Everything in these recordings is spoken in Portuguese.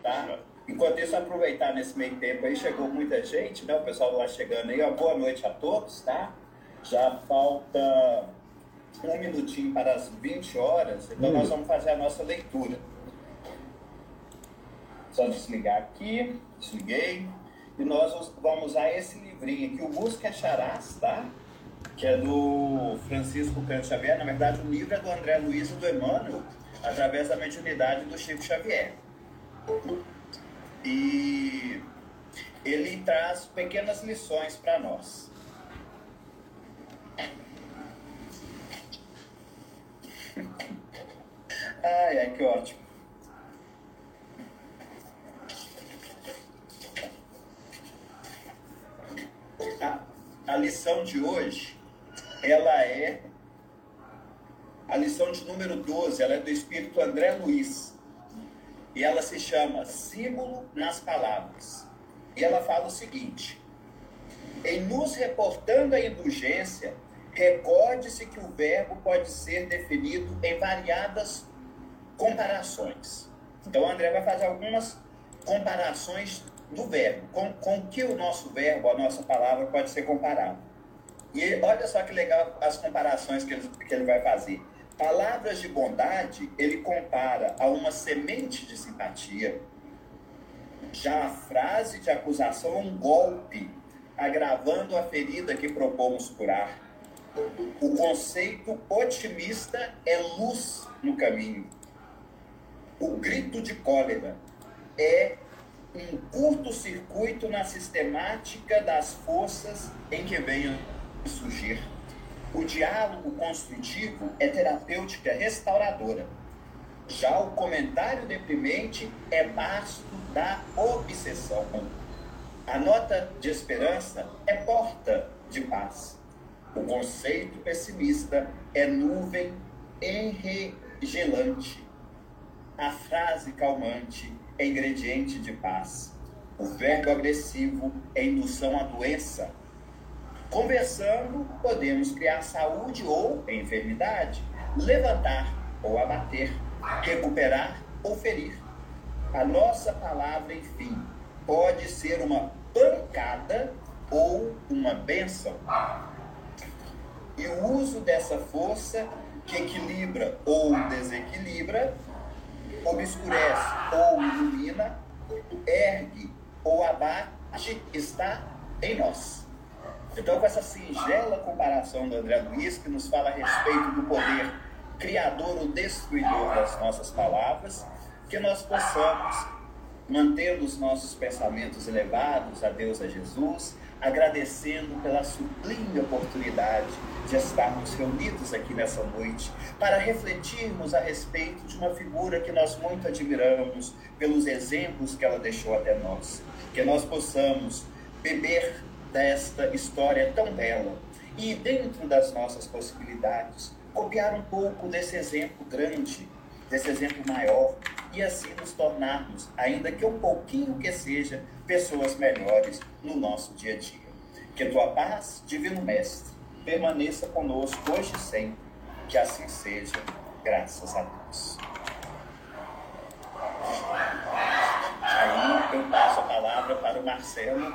tá? Enquanto isso, aproveitar nesse meio tempo aí, chegou muita gente, né? O pessoal lá chegando aí, ó, boa noite a todos, tá? Já falta 1 minutinho para as 20 horas, então nós vamos fazer a nossa leitura. Só desligar aqui, desliguei, e nós vamos usar esse livrinho aqui, o Busca e Acharás, tá? Que é do Francisco Cândido Xavier. Na verdade, o livro é do André Luiz e do Emmanuel, através da mediunidade do Chico Xavier. E ele traz pequenas lições para nós. Ai, que ótimo. A lição de hoje, ela é a lição de número 12, ela é do Espírito André Luiz. E ela se chama Símbolo nas Palavras. E ela fala o seguinte: em nos reportando a indulgência, recorde-se que o verbo pode ser definido em variadas comparações. Então, o André vai fazer algumas comparações do verbo, com que o nosso verbo, a nossa palavra, pode ser comparado. E olha só que legal as comparações que ele vai fazer. Palavras de bondade, ele compara a uma semente de simpatia. Já a frase de acusação é um golpe, agravando a ferida que propomos curar. O conceito otimista é luz no caminho. O grito de cólera é um curto-circuito na sistemática das forças em que venham surgir. O diálogo construtivo é terapêutica restauradora. Já o comentário deprimente é basto da obsessão. A nota de esperança é porta de paz. O conceito pessimista é nuvem enregelante. A frase calmante é ingrediente de paz. O verbo agressivo é indução à doença. Conversando, podemos criar saúde ou enfermidade, levantar ou abater, recuperar ou ferir. A nossa palavra, enfim, pode ser uma pancada ou uma bênção. E o uso dessa força que equilibra ou desequilibra, obscurece ou ilumina, ergue ou abate, está em nós. Então, com essa singela comparação do André Luiz, que nos fala a respeito do poder criador ou destruidor das nossas palavras, que nós possamos manter os nossos pensamentos elevados a Deus, a Jesus, agradecendo pela sublime oportunidade de estarmos reunidos aqui nessa noite para refletirmos a respeito de uma figura que nós muito admiramos pelos exemplos que ela deixou até nós. Que nós possamos beber desta história tão bela e, dentro das nossas possibilidades, copiar um pouco desse exemplo grande, desse exemplo maior, e assim nos tornarmos, ainda que um pouquinho que seja, pessoas melhores no nosso dia a dia. Que tua paz, Divino Mestre, permaneça conosco hoje e sempre. Que assim seja, graças a Deus. Aí eu passo a palavra para o Marcelo.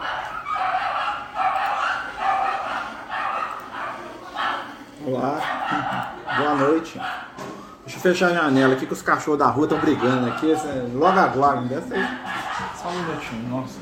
Olá, boa noite. Deixa eu fechar a janela aqui que os cachorros da rua estão brigando aqui. Logo agora, não deve ser. Só um minutinho, nossa.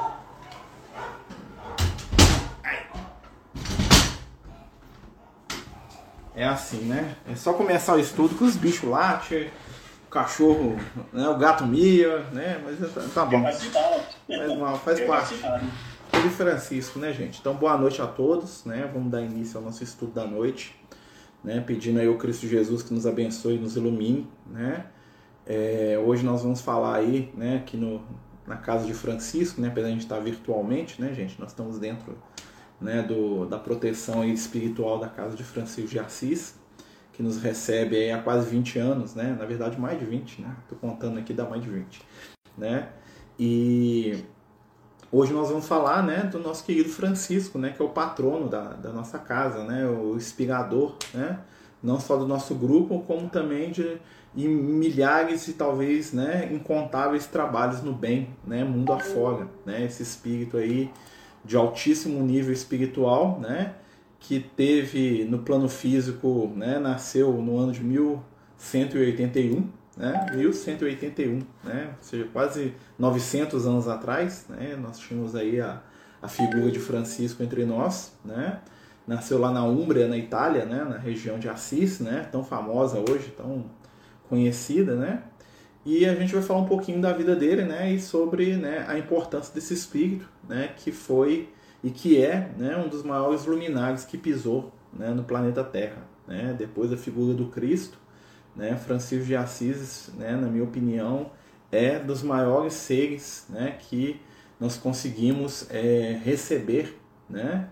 É assim, né? É só começar o estudo que os bichos latem, o cachorro, né? O gato mia, né? Mas tá bom. Faz mal, faz parte. Ele Francisco, né, gente? Então, boa noite a todos, né? Vamos dar início ao nosso estudo da noite, né? Pedindo aí ao Cristo Jesus que nos abençoe e nos ilumine, né? Hoje nós vamos falar aí, né? Aqui na casa de Francisco, né? Apesar de a gente estar virtualmente, né, gente? Nós estamos dentro, né, da proteção aí espiritual da casa de Francisco de Assis, que nos recebe aí há quase 20 anos, né? Na verdade, mais de 20, né? Tô contando aqui, dá mais de 20, né? E hoje nós vamos falar, né, do nosso querido Francisco, né, que é o patrono da nossa casa, né, o inspirador, né, não só do nosso grupo, como também de milhares e talvez, né, incontáveis trabalhos no bem, né, mundo afora, né, esse espírito aí de altíssimo nível espiritual, né, que teve no plano físico, né, nasceu no ano de 1181, né, 1181, né, ou seja, quase 900 anos atrás, né, nós tínhamos aí a figura de Francisco entre nós, né, nasceu lá na Úmbria, na Itália, né, na região de Assis, né, tão famosa hoje, tão conhecida, né, e a gente vai falar um pouquinho da vida dele, né, e sobre, né, a importância desse espírito, né, que foi e que é, né, um dos maiores luminares que pisou, né, no planeta Terra, né, depois da figura do Cristo, né, Francisco de Assis, né, na minha opinião, é dos maiores seres, né, que nós conseguimos receber, né,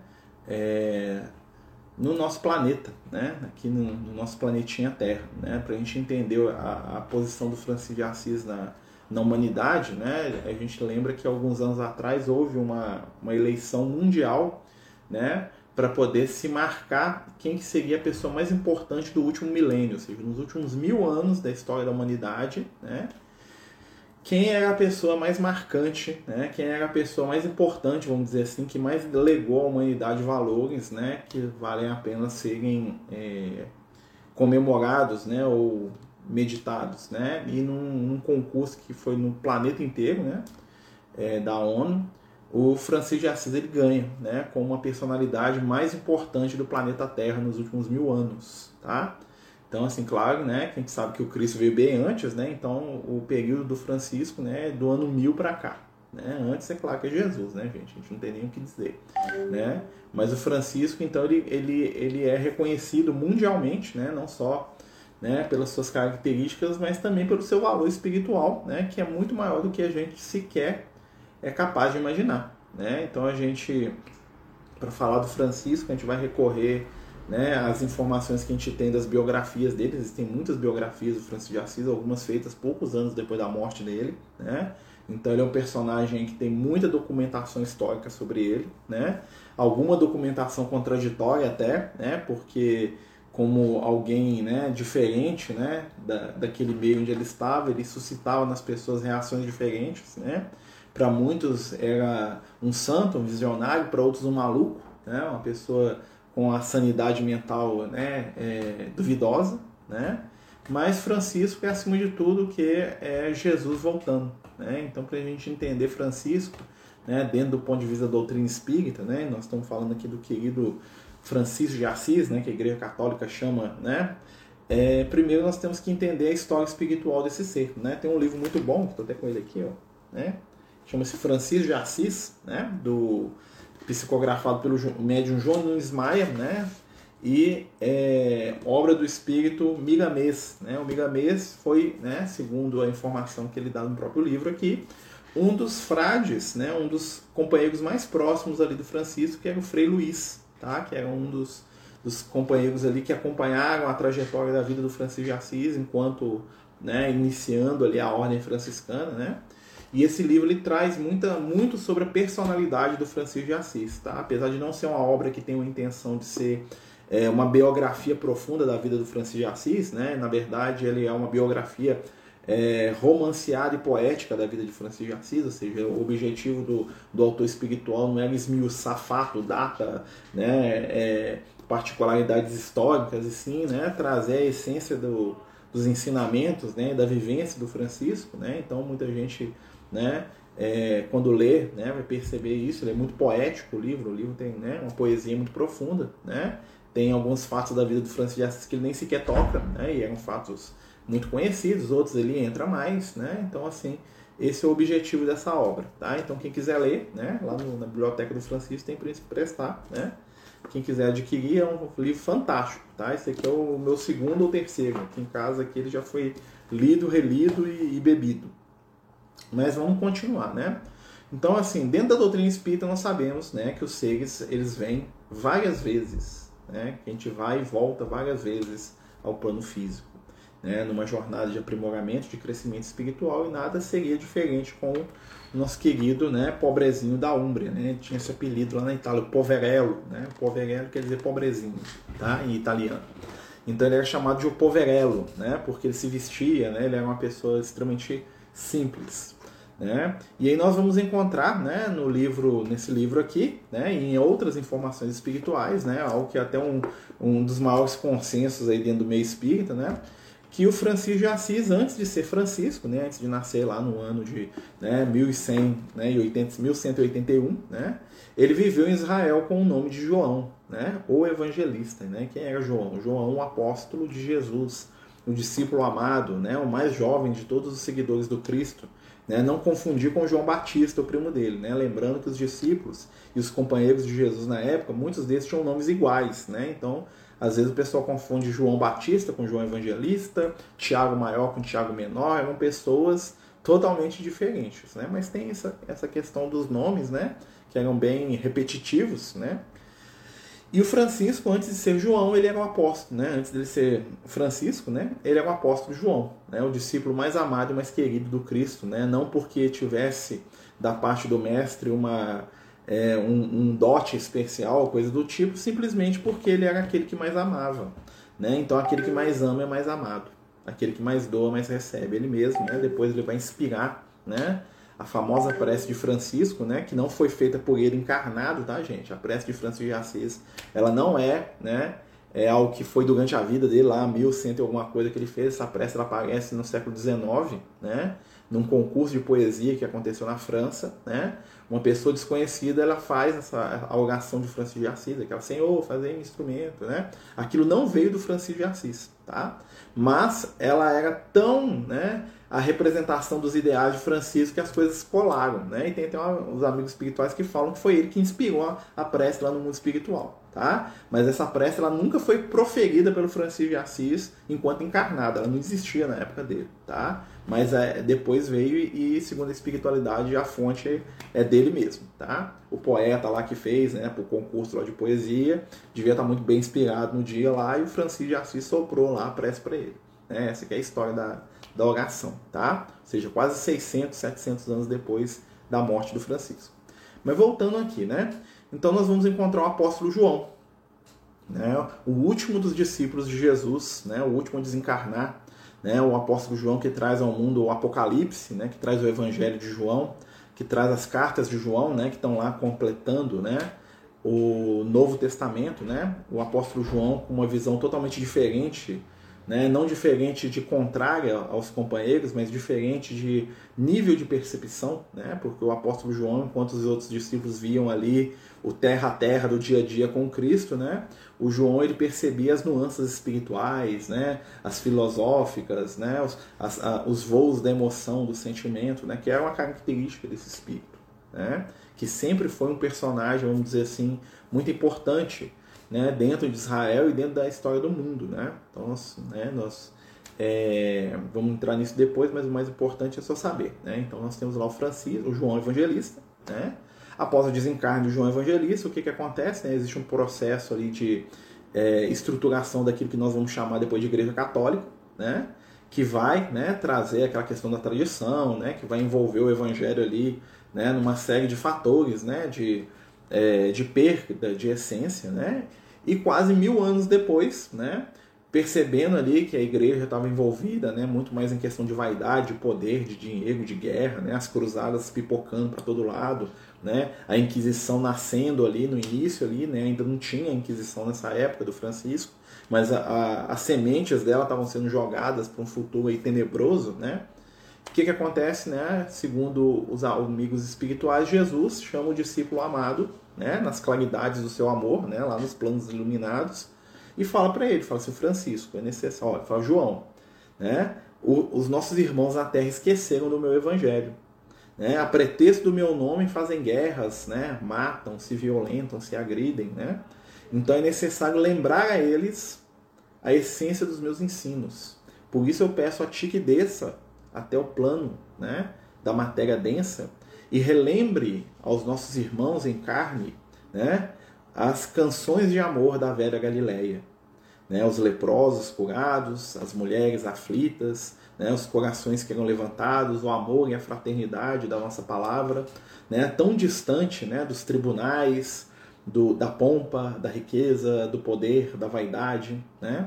no nosso planeta, né, aqui no nosso planetinha Terra, né, para a gente entender a posição do Francisco de Assis na humanidade, né, a gente lembra que alguns anos atrás houve uma eleição mundial, né, para poder se marcar quem que seria a pessoa mais importante do último milênio, ou seja, nos últimos 1000 anos da história da humanidade, né, quem era a pessoa mais marcante, né, quem era a pessoa mais importante, vamos dizer assim, que mais legou à humanidade valores, né, que valem a pena serem comemorados, né, ou meditados, né, e num concurso que foi no planeta inteiro, né, da ONU, o Francisco de Assis ele ganha, né, como uma personalidade mais importante do planeta Terra nos últimos 1000 anos, tá? Então, assim, claro, né, que a gente sabe que o Cristo veio bem antes, né, então o período do Francisco, né, é do ano 1000 para cá, né, antes é claro que é Jesus, né, gente, a gente não tem nem o que dizer, né, mas o Francisco, então, ele é reconhecido mundialmente, né, não só, né, pelas suas características, mas também pelo seu valor espiritual, né, que é muito maior do que a gente sequer é capaz de imaginar, né, então a gente, para falar do Francisco, a gente vai recorrer, né, as informações que a gente tem das biografias dele. Existem muitas biografias do Francisco de Assis, algumas feitas poucos anos depois da morte dele, né? Então ele é um personagem que tem muita documentação histórica sobre ele, né? Alguma documentação contraditória até, né? Porque como alguém, né, diferente, né, daquele meio onde ele estava, ele suscitava nas pessoas reações diferentes, né? Para muitos era um santo, um visionário, para outros um maluco, né? Uma pessoa com a sanidade mental, né, duvidosa, né? Mas Francisco é, acima de tudo, que é Jesus voltando, né? Então, para a gente entender Francisco, né, dentro do ponto de vista da doutrina espírita, né, nós estamos falando aqui do querido Francisco de Assis, né, que a Igreja Católica chama, né? Primeiro nós temos que entender a história espiritual desse ser, né? Tem um livro muito bom, estou até com ele aqui, ó, né? Chama-se Francisco de Assis, né, psicografado pelo médium João Nunes Maia, né? E obra do espírito Miramês, né? O Miramês foi, né, segundo a informação que ele dá no próprio livro aqui, um dos frades, né, um dos companheiros mais próximos ali do Francisco, que era o Frei Luís, tá? Que era um dos companheiros ali que acompanharam a trajetória da vida do Francisco de Assis enquanto, né, iniciando ali a ordem franciscana, né? E esse livro ele traz muito sobre a personalidade do Francisco de Assis, tá? Apesar de não ser uma obra que tem uma intenção de ser uma biografia profunda da vida do Francisco de Assis, né? Na verdade, ele é uma biografia romanceada e poética da vida de Francisco de Assis, ou seja, o objetivo do autor espiritual não é esmiuçar fato, data, né? Particularidades históricas, e sim, né, trazer a essência dos ensinamentos, né, da vivência do Francisco, né? Então muita gente, né, quando lê, né, vai perceber isso. Ele é muito poético, o livro tem, né, uma poesia muito profunda, né? Tem alguns fatos da vida do Francisco de Assis que ele nem sequer toca, né, e eram fatos muito conhecidos, outros ele entra mais, né? Então, assim, esse é o objetivo dessa obra, tá? Então quem quiser ler, né, lá na biblioteca do Francisco tem para prestar, né? Quem quiser adquirir, é um livro fantástico, tá? Esse aqui é o meu segundo ou terceiro. Aqui em casa aqui ele já foi lido, relido e bebido. Mas vamos continuar, né? Então, assim, dentro da doutrina espírita nós sabemos, né, que os seres, eles vêm várias vezes, né? Que a gente vai e volta várias vezes ao plano físico, né? Numa jornada de aprimoramento, de crescimento espiritual, e nada seria diferente com o nosso querido, né, pobrezinho da Úmbria, né? Ele tinha esse apelido lá na Itália, o Poverello, né? Poverello quer dizer pobrezinho, tá? Em italiano. Então ele era chamado de o poverello, né? Porque ele se vestia, né? Ele era uma pessoa extremamente simples, né? E aí nós vamos encontrar, né, nesse livro aqui, né, e em outras informações espirituais, né, algo que é até um dos maiores consensos aí dentro do meio espírita, né, que o Francisco de Assis, antes de ser Francisco, né, antes de nascer lá no ano de 1100, né, 1181, né, ele viveu em Israel com o nome de João, né, o evangelista, né. Quem era João? João, o apóstolo de Jesus, o discípulo amado, né, o mais jovem de todos os seguidores do Cristo, né, não confundir com João Batista, o primo dele, né, lembrando que os discípulos e os companheiros de Jesus na época, muitos deles tinham nomes iguais, né, então às vezes o pessoal confunde João Batista com João Evangelista, Tiago Maior com Tiago Menor, eram pessoas totalmente diferentes, né, mas tem essa questão dos nomes, né, que eram bem repetitivos, né. E o Francisco, antes de ser João, ele era um apóstolo, né? Antes de ser Francisco, né? Ele era um apóstolo João, né? O discípulo mais amado e mais querido do Cristo, né? Não porque tivesse da parte do mestre um dote especial, coisa do tipo, simplesmente porque ele era aquele que mais amava, né? Então aquele que mais ama é mais amado, aquele que mais doa, mais recebe. Ele mesmo, né? Depois ele vai inspirar, né, a famosa prece de Francisco, né, que não foi feita por ele encarnado, tá, gente? A prece de Francisco de Assis, ela não é, né, é algo que foi durante a vida dele, lá 1100 e alguma coisa que ele fez. Essa prece ela aparece no século XIX, né, num concurso de poesia que aconteceu na França, né? Uma pessoa desconhecida, ela faz a oração de Francisco de Assis, aquela Senhor, fazer um instrumento, né? Aquilo não veio do Francisco de Assis, tá? Mas ela era tão, né, a representação dos ideais de Francisco que as coisas colaram, né? E tem até os amigos espirituais que falam que foi ele que inspirou a prece lá no mundo espiritual, tá? Mas essa prece ela nunca foi proferida pelo Francisco de Assis enquanto encarnado, ela não existia na época dele, tá? Mas depois veio e, segundo a espiritualidade, a fonte é dele mesmo, tá? O poeta lá que fez, né, pro concurso lá de poesia, devia estar muito bem inspirado no dia lá, e o Francisco de Assis soprou lá a prece para ele, né? Essa aqui é a história da oração, tá? Ou seja, quase 600, 700 anos depois da morte do Francisco. Mas voltando aqui, né? Então nós vamos encontrar o apóstolo João, né? O último dos discípulos de Jesus, né? O último a desencarnar, né? O apóstolo João que traz ao mundo o Apocalipse, né? Que traz o Evangelho de João, que traz as cartas de João, né? Que estão lá completando, né, o Novo Testamento, né? O apóstolo João com uma visão totalmente diferente, né? Não diferente de contrária aos companheiros, mas diferente de nível de percepção, né? Porque o apóstolo João, enquanto os outros discípulos viam ali o terra a terra do dia a dia com Cristo, né, o João ele percebia as nuances espirituais, né, as filosóficas, né, os voos da emoção, do sentimento, né, que era uma característica desse espírito, né, que sempre foi um personagem, vamos dizer assim, muito importante, né, dentro de Israel e dentro da história do mundo, né? Então nós vamos entrar nisso depois, mas o mais importante é só saber, né? Então nós temos lá o Francisco, o João Evangelista, né? Após o desencarne do João Evangelista, o que acontece? Né? Existe um processo ali de estruturação daquilo que nós vamos chamar depois de Igreja Católica, né? Que vai, né, trazer aquela questão da tradição, né? Que vai envolver o Evangelho ali, né, numa série de fatores, né, de perda de essência, né? E quase 1000 anos depois, né, percebendo ali que a igreja estava envolvida, né, muito mais em questão de vaidade, de poder, de dinheiro, de guerra, né, as cruzadas pipocando para todo lado, né, a Inquisição nascendo ali no início, ali, né, ainda não tinha a Inquisição nessa época do Francisco, mas as sementes dela estavam sendo jogadas para um futuro aí tenebroso, né? O que acontece, né? Segundo os amigos espirituais, Jesus chama o discípulo amado, né, nas claridades do seu amor, né, lá nos planos iluminados, e fala para ele, fala assim, Francisco, é necessário, fala, João, né, os nossos irmãos na terra esqueceram do meu evangelho, né, a pretexto do meu nome fazem guerras, né, matam, se violentam, se agridem, né, então é necessário lembrar a eles a essência dos meus ensinos. Por isso eu peço a ti que desça até o plano, né, da matéria densa e relembre aos nossos irmãos em carne, né, as canções de amor da velha Galileia, né, os leprosos curados, as mulheres aflitas, né, os corações que eram levantados, o amor e a fraternidade da nossa palavra, né, tão distante, né, dos tribunais, da pompa, da riqueza, do poder, da vaidade, né?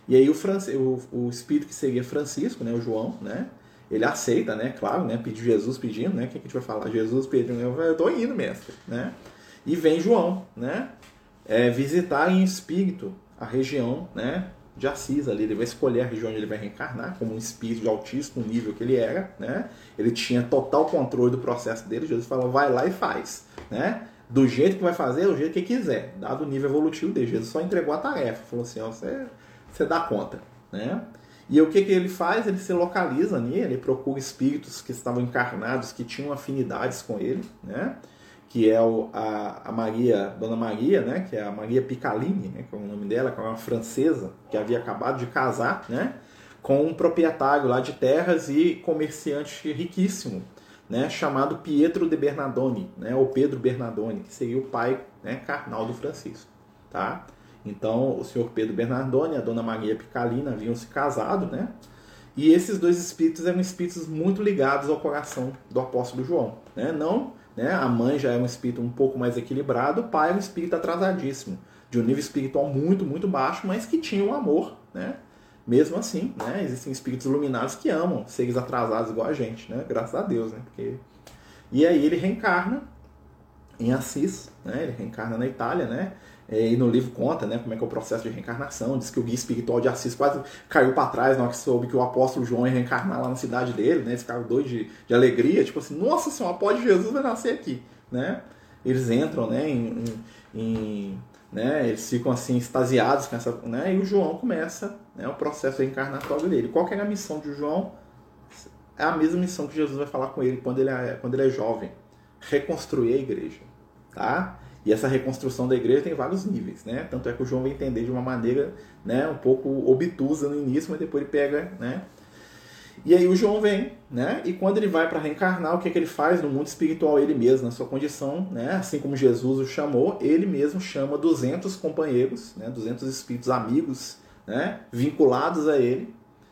E aí o espírito que seria Francisco, né, o João, né, ele aceita, né, claro, né, pediu Jesus pedindo, né, o que a gente vai falar? Jesus pedindo, eu estou indo, mestre, né? E vem João, né, visitar em espírito a região, né, de Assis ali. Ele vai escolher a região onde ele vai reencarnar, como um espírito de altíssimo nível que ele era, né? Ele tinha total controle do processo dele. Jesus falou, vai lá e faz, né? Do jeito que vai fazer, do jeito que quiser, dado o nível evolutivo dele. Jesus só entregou a tarefa, falou assim, ó, você dá conta, né? E o que ele faz? Ele se localiza nele, ele procura espíritos que estavam encarnados, que tinham afinidades com ele, né? Que é a Maria, Dona Maria, né, que é a Maria Picalini, né, que é o nome dela, que é uma francesa que havia acabado de casar, né, com um proprietário lá de terras e comerciante riquíssimo, né, chamado Pietro de Bernardone, né, ou Pedro Bernardone, que seria o pai, né, carnal do Francisco, tá? Então, o senhor Pedro Bernardone e a Dona Maria Picalina haviam se casado, né, e esses dois espíritos eram espíritos muito ligados ao coração do apóstolo João, né, não... Né? A mãe já é um espírito um pouco mais equilibrado, o pai é um espírito atrasadíssimo, de um nível espiritual muito, muito baixo, mas que tinha um amor, né? Mesmo assim, né? Existem espíritos iluminados que amam seres atrasados igual a gente, né? Graças a Deus, né? E aí ele reencarna em Assis, né? Ele reencarna na Itália, né? E no livro conta, né, como é que é o processo de reencarnação. Diz que o guia espiritual de Assis quase caiu para trás na hora que soube que o apóstolo João ia reencarnar lá na cidade dele, né? Eles ficaram doidos de alegria, tipo assim, nossa senhora, pode Jesus vai nascer aqui, né? Eles entram, né, né, eles ficam assim extasiados com essa, né? E o João começa, né, o processo reencarnatório dele. Qual que é a missão de João? É a mesma missão que Jesus vai falar com ele quando ele é jovem: reconstruir a igreja, tá? E essa reconstrução da igreja tem vários níveis, né? Tanto é que o João vai entender de uma maneira, né, um pouco obtusa no início, mas depois ele pega, né? E aí o João vem, né? E quando ele vai para reencarnar, o que ele faz no mundo espiritual? Ele mesmo, na sua condição, né? Assim como Jesus o chamou, ele mesmo chama 200 companheiros, né? 200 espíritos amigos, né? Vinculados a ele,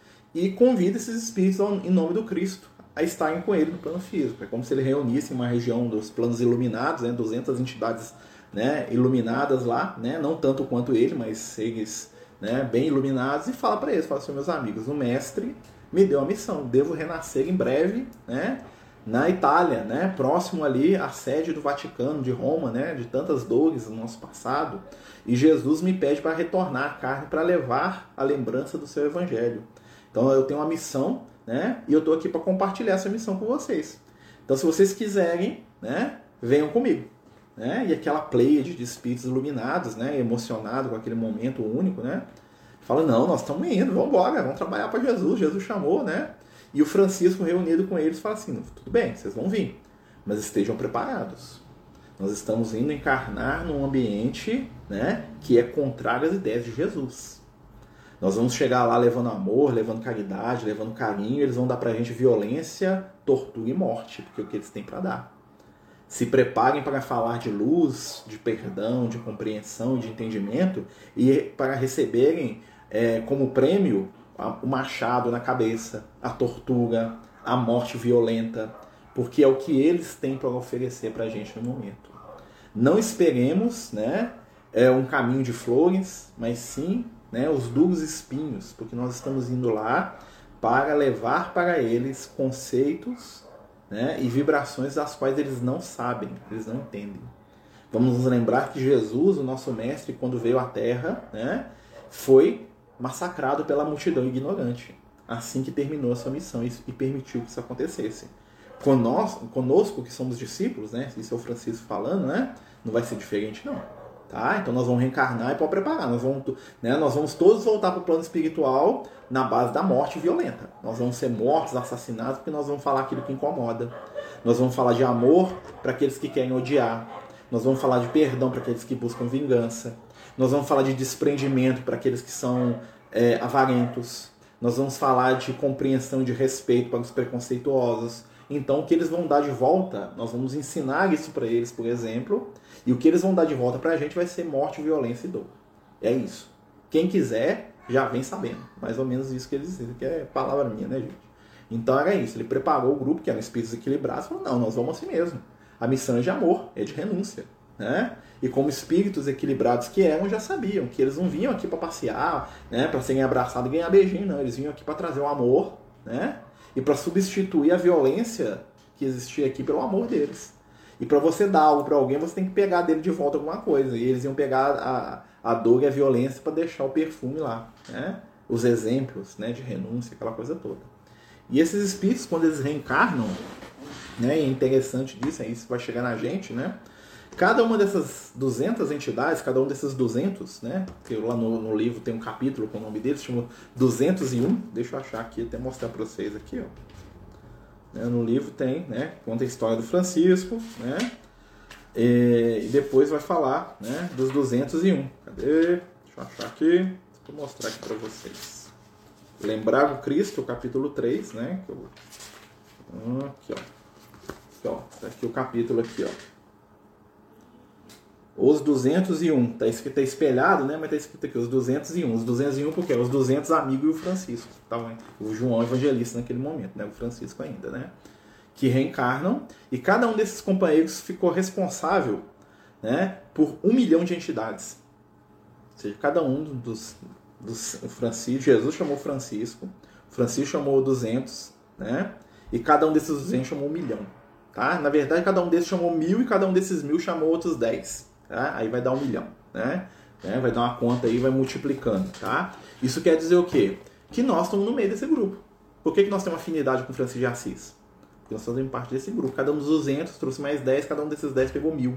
e convida esses espíritos em nome do Cristo a estarem com ele no plano físico. É como se ele reunisse uma região dos planos iluminados, né, 200 entidades, né, iluminadas lá, né, não tanto quanto ele, mas seres, né, bem iluminados, e fala para eles, fala assim, meus amigos, o mestre me deu a missão, devo renascer em breve, né, na Itália, né, próximo ali à sede do Vaticano, de Roma, né, de tantas dores no nosso passado, e Jesus me pede para retornar à carne, para levar a lembrança do seu evangelho. Então eu tenho uma missão, né? E eu estou aqui para compartilhar essa missão com vocês. Então, se vocês quiserem, né, venham comigo, né? E aquela pleiade de espíritos iluminados, né, emocionado com aquele momento único, né? Fala, não, nós estamos indo, vamos embora, vamos trabalhar para Jesus, Jesus chamou, né? E o Francisco, reunido com eles, fala assim, tudo bem, vocês vão vir, mas estejam preparados. Nós estamos indo encarnar num ambiente, né, que é contrário às ideias de Jesus. Nós vamos chegar lá levando amor, levando caridade, levando carinho, eles vão dar pra gente violência, tortura e morte, porque é o que eles têm para dar. Se preparem para falar de luz, de perdão, de compreensão, de entendimento, e para receberem como prêmio o machado na cabeça, a tortura, a morte violenta, porque é o que eles têm para oferecer pra gente no momento. Não esperemos, né, um caminho de flores, mas sim, né, os duros espinhos, porque nós estamos indo lá para levar para eles conceitos, né, e vibrações das quais eles não sabem, eles não entendem. Vamos nos lembrar que Jesus, o nosso mestre, quando veio à Terra, né, foi massacrado pela multidão ignorante, assim que terminou a sua missão e permitiu que isso acontecesse. Conosco que somos discípulos, né, isso é o Francisco falando, né, não vai ser diferente não. Tá? Então nós vamos reencarnar e pode preparar. Nós vamos todos voltar para o plano espiritual na base da morte violenta. Nós vamos ser mortos, assassinados, porque nós vamos falar aquilo que incomoda. Nós vamos falar de amor para aqueles que querem odiar. Nós vamos falar de perdão para aqueles que buscam vingança. Nós vamos falar de desprendimento para aqueles que são avarentos. Nós vamos falar de compreensão e de respeito para os preconceituosos. Então, o que eles vão dar de volta, nós vamos ensinar isso para eles, por exemplo, e o que eles vão dar de volta para a gente vai ser morte, violência e dor. É isso. Quem quiser, já vem sabendo. Mais ou menos isso que eles dizem, que é palavra minha, né, gente? Então, era isso. Ele preparou o grupo, que eram espíritos equilibrados, e falou, não, nós vamos assim mesmo. A missão é de amor, é de renúncia. né? E como espíritos equilibrados que eram, já sabiam que eles não vinham aqui para passear, né? Para serem abraçados e ganhar beijinho, não. Eles vinham aqui para trazer o amor, né? E para substituir a violência que existia aqui pelo amor deles. E para você dar algo para alguém, você tem que pegar dele de volta alguma coisa. E eles iam pegar a dor e a violência para deixar o perfume lá, né? Os exemplos, né, de renúncia, aquela coisa toda. E esses espíritos, quando eles reencarnam, né, é interessante disso, aí isso vai chegar na gente, né? Cada uma dessas 200 entidades, cada um desses 200, né? Que lá no livro tem um capítulo com o nome deles, chama 201. Deixa eu achar aqui, até mostrar para vocês aqui, ó. No livro tem, né? Conta a história do Francisco, né? E depois vai falar, né, dos 201. Cadê? Deixa eu achar aqui. Vou mostrar aqui para vocês. Lembrar o Cristo, capítulo 3, né? Aqui, ó. Aqui, ó. Tá aqui o capítulo aqui, ó. Os 201. Tá escrito, tá espelhado, né? Mas tá escrito aqui, os 201. Os 201 por quê? Os 200 amigos e o Francisco. Tá? O João Evangelista naquele momento, né? O Francisco ainda, né? Que reencarnam. E cada um desses companheiros ficou responsável, né, por 1 milhão de entidades. Ou seja, cada um dos Francisco, Jesus chamou Francisco chamou 200, né? E cada um desses 200 chamou 1 milhão. Tá? Na verdade, cada um desses chamou 1000 e cada um desses 1000 chamou outros 10. Tá? Aí vai dar 1 milhão, né? Vai dar uma conta aí e vai multiplicando, tá? Isso quer dizer o quê? Que nós estamos no meio desse grupo. Por que nós temos afinidade com Francisco de Assis? Porque nós fazemos parte desse grupo. Cada um dos 200 trouxe mais 10, cada um desses 10 pegou 1000.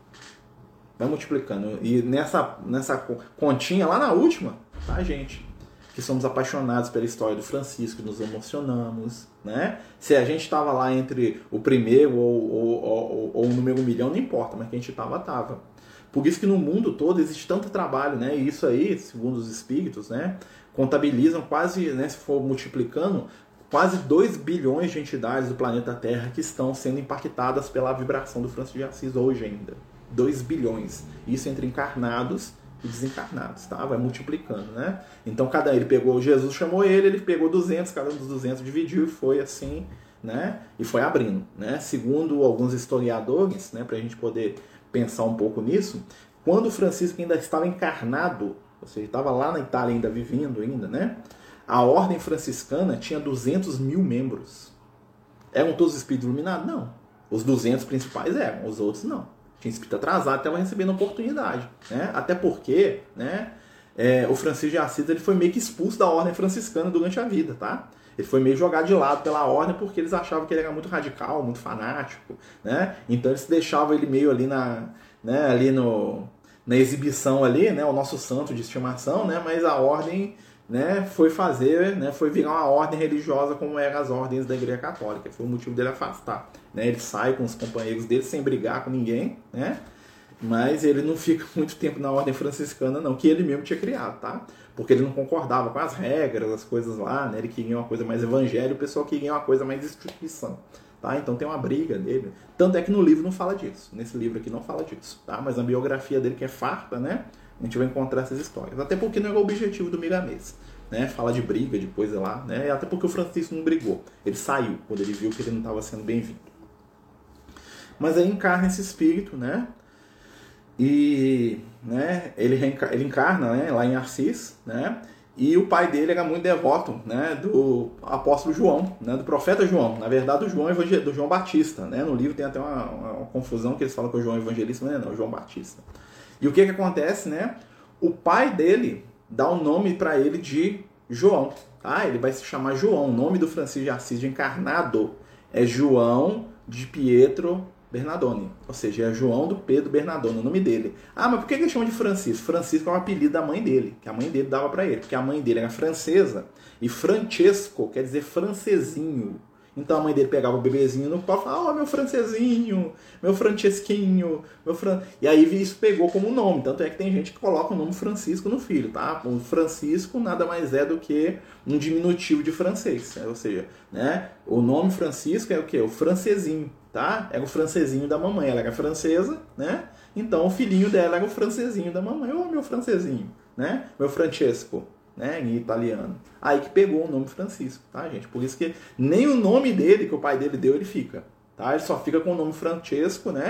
Vai multiplicando. E nessa continha, lá na última, tá, gente? Que somos apaixonados pela história do Francisco, nos emocionamos, né? Se a gente estava lá entre o primeiro ou o número 1 milhão, não importa, mas que a gente estava. Por isso que no mundo todo existe tanto trabalho, né? E isso aí, segundo os espíritos, né, contabilizam quase, né, se for multiplicando, quase 2 bilhões de entidades do planeta Terra que estão sendo impactadas pela vibração do Francisco de Assis hoje ainda. 2 bilhões. Isso entre encarnados e desencarnados, tá? Vai multiplicando, né? Então, ele pegou, Jesus chamou ele pegou 200, cada um dos 200 dividiu e foi assim, né? E foi abrindo, né? Segundo alguns historiadores, né, pra gente poder pensar um pouco nisso, quando o Francisco ainda estava encarnado, ou seja, estava lá na Itália ainda vivendo ainda, né? A ordem franciscana tinha 200 mil membros. Eram todos espíritos iluminados? Não. Os 200 principais eram, os outros não. Tinha espírito atrasado, estava recebendo oportunidade, né? Até porque, né, o Francisco de Assis ele foi meio que expulso da ordem franciscana durante a vida, tá? Ele foi meio jogado de lado pela ordem porque eles achavam que ele era muito radical, muito fanático, né? Então eles deixavam ele meio ali na exibição ali, né? O nosso santo de estimação, né? Mas a ordem, né, foi virar uma ordem religiosa como eram as ordens da Igreja Católica. Foi o motivo dele afastar, né? Ele sai com os companheiros dele sem brigar com ninguém, né? Mas ele não fica muito tempo na ordem franciscana não, que ele mesmo tinha criado, tá? Porque ele não concordava com as regras, as coisas lá, né? Ele queria uma coisa mais evangelho, o pessoal queria uma coisa mais instituição, tá? Então tem uma briga dele. Tanto é que no livro não fala disso. Nesse livro aqui não fala disso, tá? Mas na biografia dele, que é farta, né, a gente vai encontrar essas histórias. Até porque não era o objetivo do Miramês, né? Fala de briga, de coisa lá, né? E até porque o Francisco não brigou. Ele saiu quando ele viu que ele não estava sendo bem-vindo. Mas aí encarna esse espírito, né? E, né, ele encarna, né, lá em Assis, né? E o pai dele era muito devoto, né, do apóstolo João, né, do profeta João. Na verdade, do João Batista, né? No livro tem até uma confusão que eles falam que o João Evangelista, mas não é o João Batista. E o que acontece, né? O pai dele dá o nome para ele de João, tá? Ele vai se chamar João. O nome do Francisco de Assis de encarnado é João de Pietro Bernardone, ou seja, é João do Pedro Bernardone, o nome dele. Ah, mas por que ele chama de Francisco? Francisco é um apelido da mãe dele, que a mãe dele dava para ele, porque a mãe dele era francesa e Francesco quer dizer francesinho. Então a mãe dele pegava o bebezinho no colo e falava, oh, meu francesinho, meu Francesquinho, E aí isso pegou como nome, tanto é que tem gente que coloca o nome Francisco no filho, tá? O Francisco nada mais é do que um diminutivo de francês, né? Ou seja, né, o nome Francisco é o quê? O francesinho, tá? Era o francesinho da mamãe, ela era francesa, né? Então o filhinho dela era o francesinho da mamãe, ô, meu francesinho, né? Meu Francesco, né, em italiano. Aí que pegou o nome Francisco, tá, gente? Por isso que nem o nome dele, que o pai dele deu, ele fica, tá? Ele só fica com o nome Francesco, né?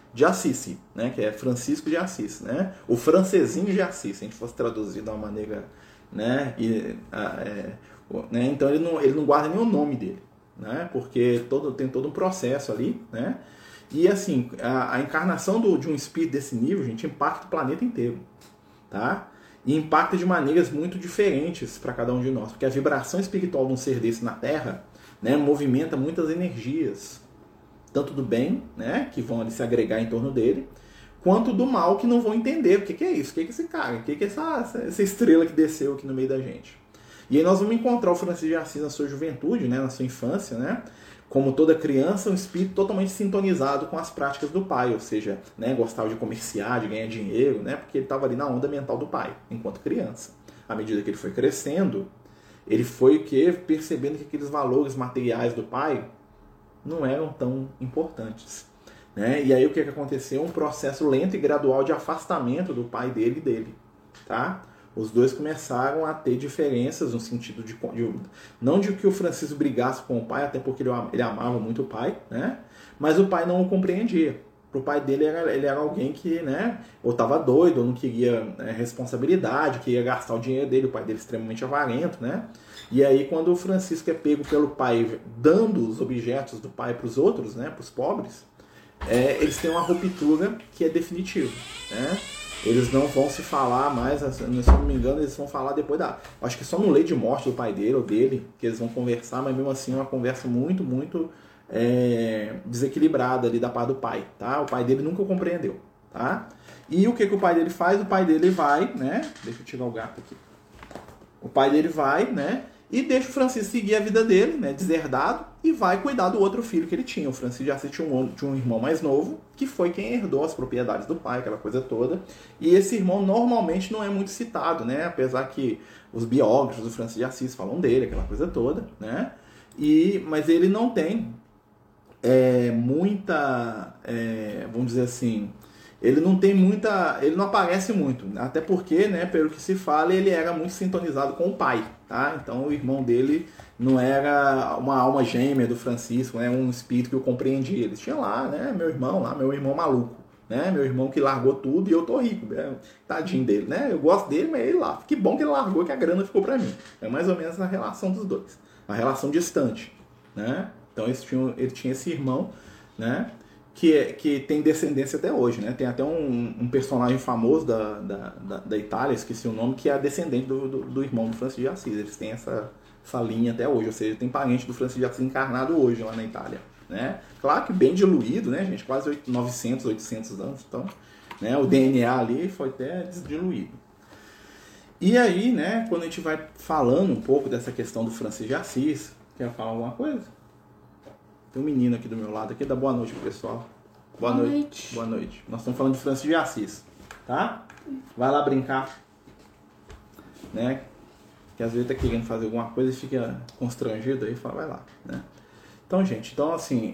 de Assis, né? Que é Francisco de Assis, né? O francesinho de Assis, se a gente fosse traduzir de uma maneira, né? Né? Então ele não guarda nem o nome dele, né? Porque tem todo um processo ali, né? E assim, a encarnação de um espírito desse nível, gente, impacta o planeta inteiro, tá? E impacta de maneiras muito diferentes para cada um de nós, porque a vibração espiritual de um ser desse na Terra, né, movimenta muitas energias, tanto do bem, né, que vão ali se agregar em torno dele, quanto do mal, que não vão entender o que é isso, o que é esse cara, o que é essa estrela que desceu aqui no meio da gente. E aí nós vamos encontrar o Francisco de Assis na sua juventude, né, na sua infância, né, como toda criança, um espírito totalmente sintonizado com as práticas do pai, ou seja, né, gostava de comerciar, de ganhar dinheiro, né, porque ele estava ali na onda mental do pai, enquanto criança. À medida que ele foi crescendo, ele foi percebendo que aqueles valores materiais do pai não eram tão importantes, né? E aí o que aconteceu? Um processo lento e gradual de afastamento do pai dele e dele, tá? Os dois começaram a ter diferenças no sentido não de que o Francisco brigasse com o pai, até porque ele amava muito o pai, né? Mas o pai não o compreendia. Para o pai dele ele era alguém que, né, ou estava doido, ou não queria responsabilidade, queria gastar o dinheiro dele, o pai dele extremamente avarento, né? E aí quando o Francisco é pego pelo pai dando os objetos do pai para os outros, né, para os pobres, eles têm uma ruptura que é definitiva, né? Eles não vão se falar mais, se não me engano, eles vão falar depois acho que só no leito de morte do pai dele ou dele, que eles vão conversar, mas mesmo assim é uma conversa muito, muito desequilibrada ali da parte do pai, tá? O pai dele nunca compreendeu, tá? E o que o pai dele faz? O pai dele vai, né? Deixa eu tirar o gato aqui. O pai dele vai, né? E deixa o Francisco seguir a vida dele, né, deserdado, e vai cuidar do outro filho que ele tinha. O Francisco já tinha um irmão mais novo, que foi quem herdou as propriedades do pai, aquela coisa toda. E esse irmão normalmente não é muito citado, né, apesar que os biógrafos do Francisco de Assis falam dele, aquela coisa toda, né. Mas ele não tem vamos dizer assim, ele não aparece muito, até porque, né, pelo que se fala, ele era muito sintonizado com o pai, tá? Então o irmão dele não era uma alma gêmea do Francisco, né, um espírito que o compreendia. Eles tinham lá, né, meu irmão maluco, né, meu irmão que largou tudo e eu tô rico, né? Tadinho dele, né? Eu gosto dele, mas ele lá, que bom que ele largou, que a grana ficou pra mim. É mais ou menos a relação dos dois, uma relação distante, né? Então ele tinha esse irmão, né, que tem descendência até hoje, né? Tem até um personagem famoso da Itália, esqueci o nome, que é a descendente do irmão do Francisco de Assis. Eles têm essa linha até hoje, ou seja, tem parente do Francisco de Assis encarnado hoje lá na Itália, né? Claro que bem diluído, né, gente? Quase 900, 800 anos, então, né, o DNA ali foi até diluído. E aí, né, quando a gente vai falando um pouco dessa questão do Francisco de Assis, quer falar alguma coisa? Tem um menino aqui do meu lado, aqui, dá boa noite pro pessoal. Boa noite. Boa noite. Nós estamos falando de Francisco de Assis, tá? Vai lá brincar, né? Que às vezes tá querendo fazer alguma coisa e fica constrangido, aí fala, vai lá, né? Então, gente, assim,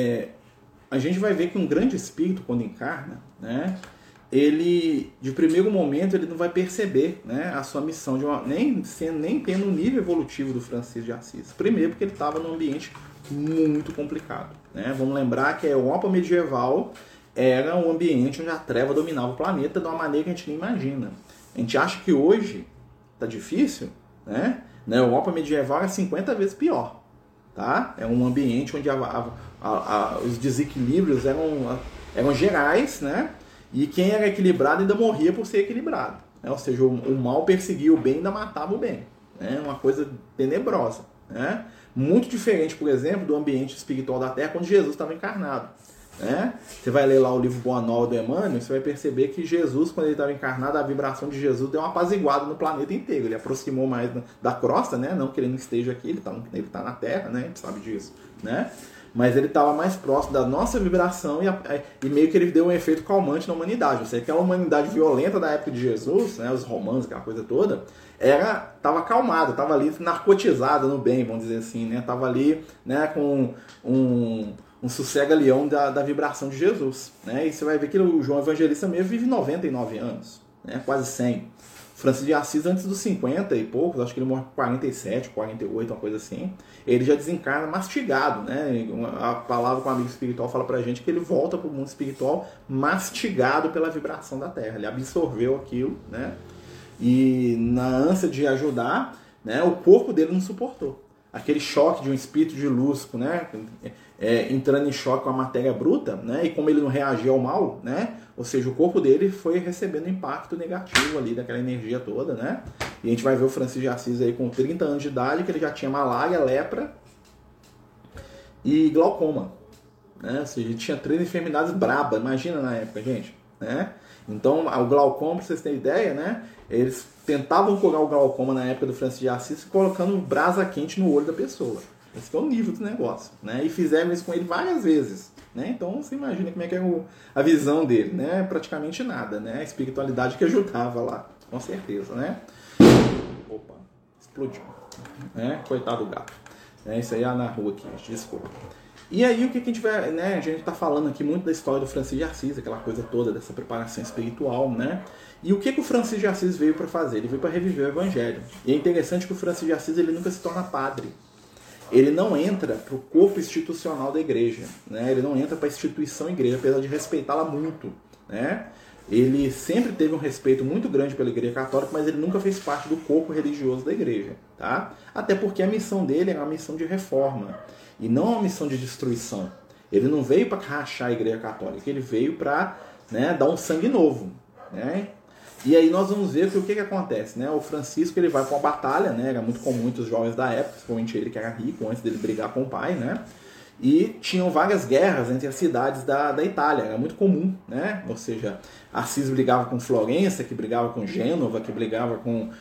a gente vai ver que um grande espírito, quando encarna, né? Ele, de primeiro momento, ele não vai perceber, né, a sua missão, nem tendo o nível evolutivo do Francisco de Assis. Primeiro, porque ele estava num ambiente muito complicado, né? Vamos lembrar que a Europa medieval era um ambiente onde a treva dominava o planeta de uma maneira que a gente nem imagina. A gente acha que hoje tá difícil, né? Na Europa medieval era 50 vezes pior, tá? É um ambiente onde os desequilíbrios eram gerais, né? E quem era equilibrado ainda morria por ser equilibrado, né? Ou seja, o mal perseguia o bem e ainda matava o bem, né? Uma coisa tenebrosa, né? Muito diferente, por exemplo, do ambiente espiritual da Terra quando Jesus estava encarnado, né? Você vai ler lá o livro Boa Nova do Emmanuel, você vai perceber que Jesus, quando ele estava encarnado, a vibração de Jesus deu uma apaziguada no planeta inteiro. Ele aproximou mais da crosta, né? Não que ele não esteja aqui, ele está na Terra, né? A gente sabe disso, né? Mas ele estava mais próximo da nossa vibração e meio que ele deu um efeito calmante na humanidade. Ou seja, aquela humanidade violenta da época de Jesus, né, os romanos, aquela coisa toda, estava acalmada, estava ali narcotizada no bem, vamos dizer assim, né? Estava ali, né, com um sossega-leão da vibração de Jesus, né? E você vai ver que o João Evangelista mesmo vive 99 anos, né, quase 100. Francisco de Assis, antes dos 50 e poucos, acho que ele morre com 47, 48, uma coisa assim, ele já desencarna mastigado, né? A palavra com o amigo espiritual fala pra gente que ele volta pro mundo espiritual mastigado pela vibração da Terra. Ele absorveu aquilo, né? E na ânsia de ajudar, né, o corpo dele não suportou. Aquele choque de um espírito de luz, né, entrando em choque com a matéria bruta, né, e como ele não reagia ao mal, né, ou seja, o corpo dele foi recebendo impacto negativo ali daquela energia toda, né, e a gente vai ver o Francisco de Assis aí com 30 anos de idade, que ele já tinha malária, lepra e glaucoma, né, ou seja, ele tinha 3 enfermidades brabas, imagina na época, gente, né. Então, o glaucoma, para vocês terem ideia, né, eles tentavam curar o glaucoma na época do Francisco de Assis colocando brasa quente no olho da pessoa. Esse é o nível do negócio, né? E fizeram isso com ele várias vezes, né? Então você imagina como é que é a visão dele, né? Praticamente nada, né? A espiritualidade que ajudava lá, com certeza, né? Opa, explodiu, né? Coitado do gato. Isso aí é na rua aqui, gente, desculpa. E aí o que a gente vai, né? A gente está falando aqui muito da história do Francisco de Assis, aquela coisa toda dessa preparação espiritual, né? E o que o Francisco de Assis veio para fazer? Ele veio para reviver o Evangelho. E é interessante que o Francisco de Assis ele nunca se torna padre. Ele não entra para o corpo institucional da igreja, né? Ele não entra para a instituição igreja, apesar de respeitá-la muito, né? Ele sempre teve um respeito muito grande pela Igreja Católica, mas ele nunca fez parte do corpo religioso da igreja, tá? Até porque a missão dele é uma missão de reforma e não uma missão de destruição. Ele não veio para rachar a Igreja Católica, ele veio para, né, dar um sangue novo, né? E aí nós vamos ver que o que acontece, né? O Francisco ele vai para uma batalha, né? Era muito comum entre os jovens da época, principalmente ele que era rico, antes dele brigar com o pai, né? E tinham várias guerras entre as cidades da Itália, era muito comum, né? Ou seja, Assis brigava com Florença, que brigava com Gênova, que brigava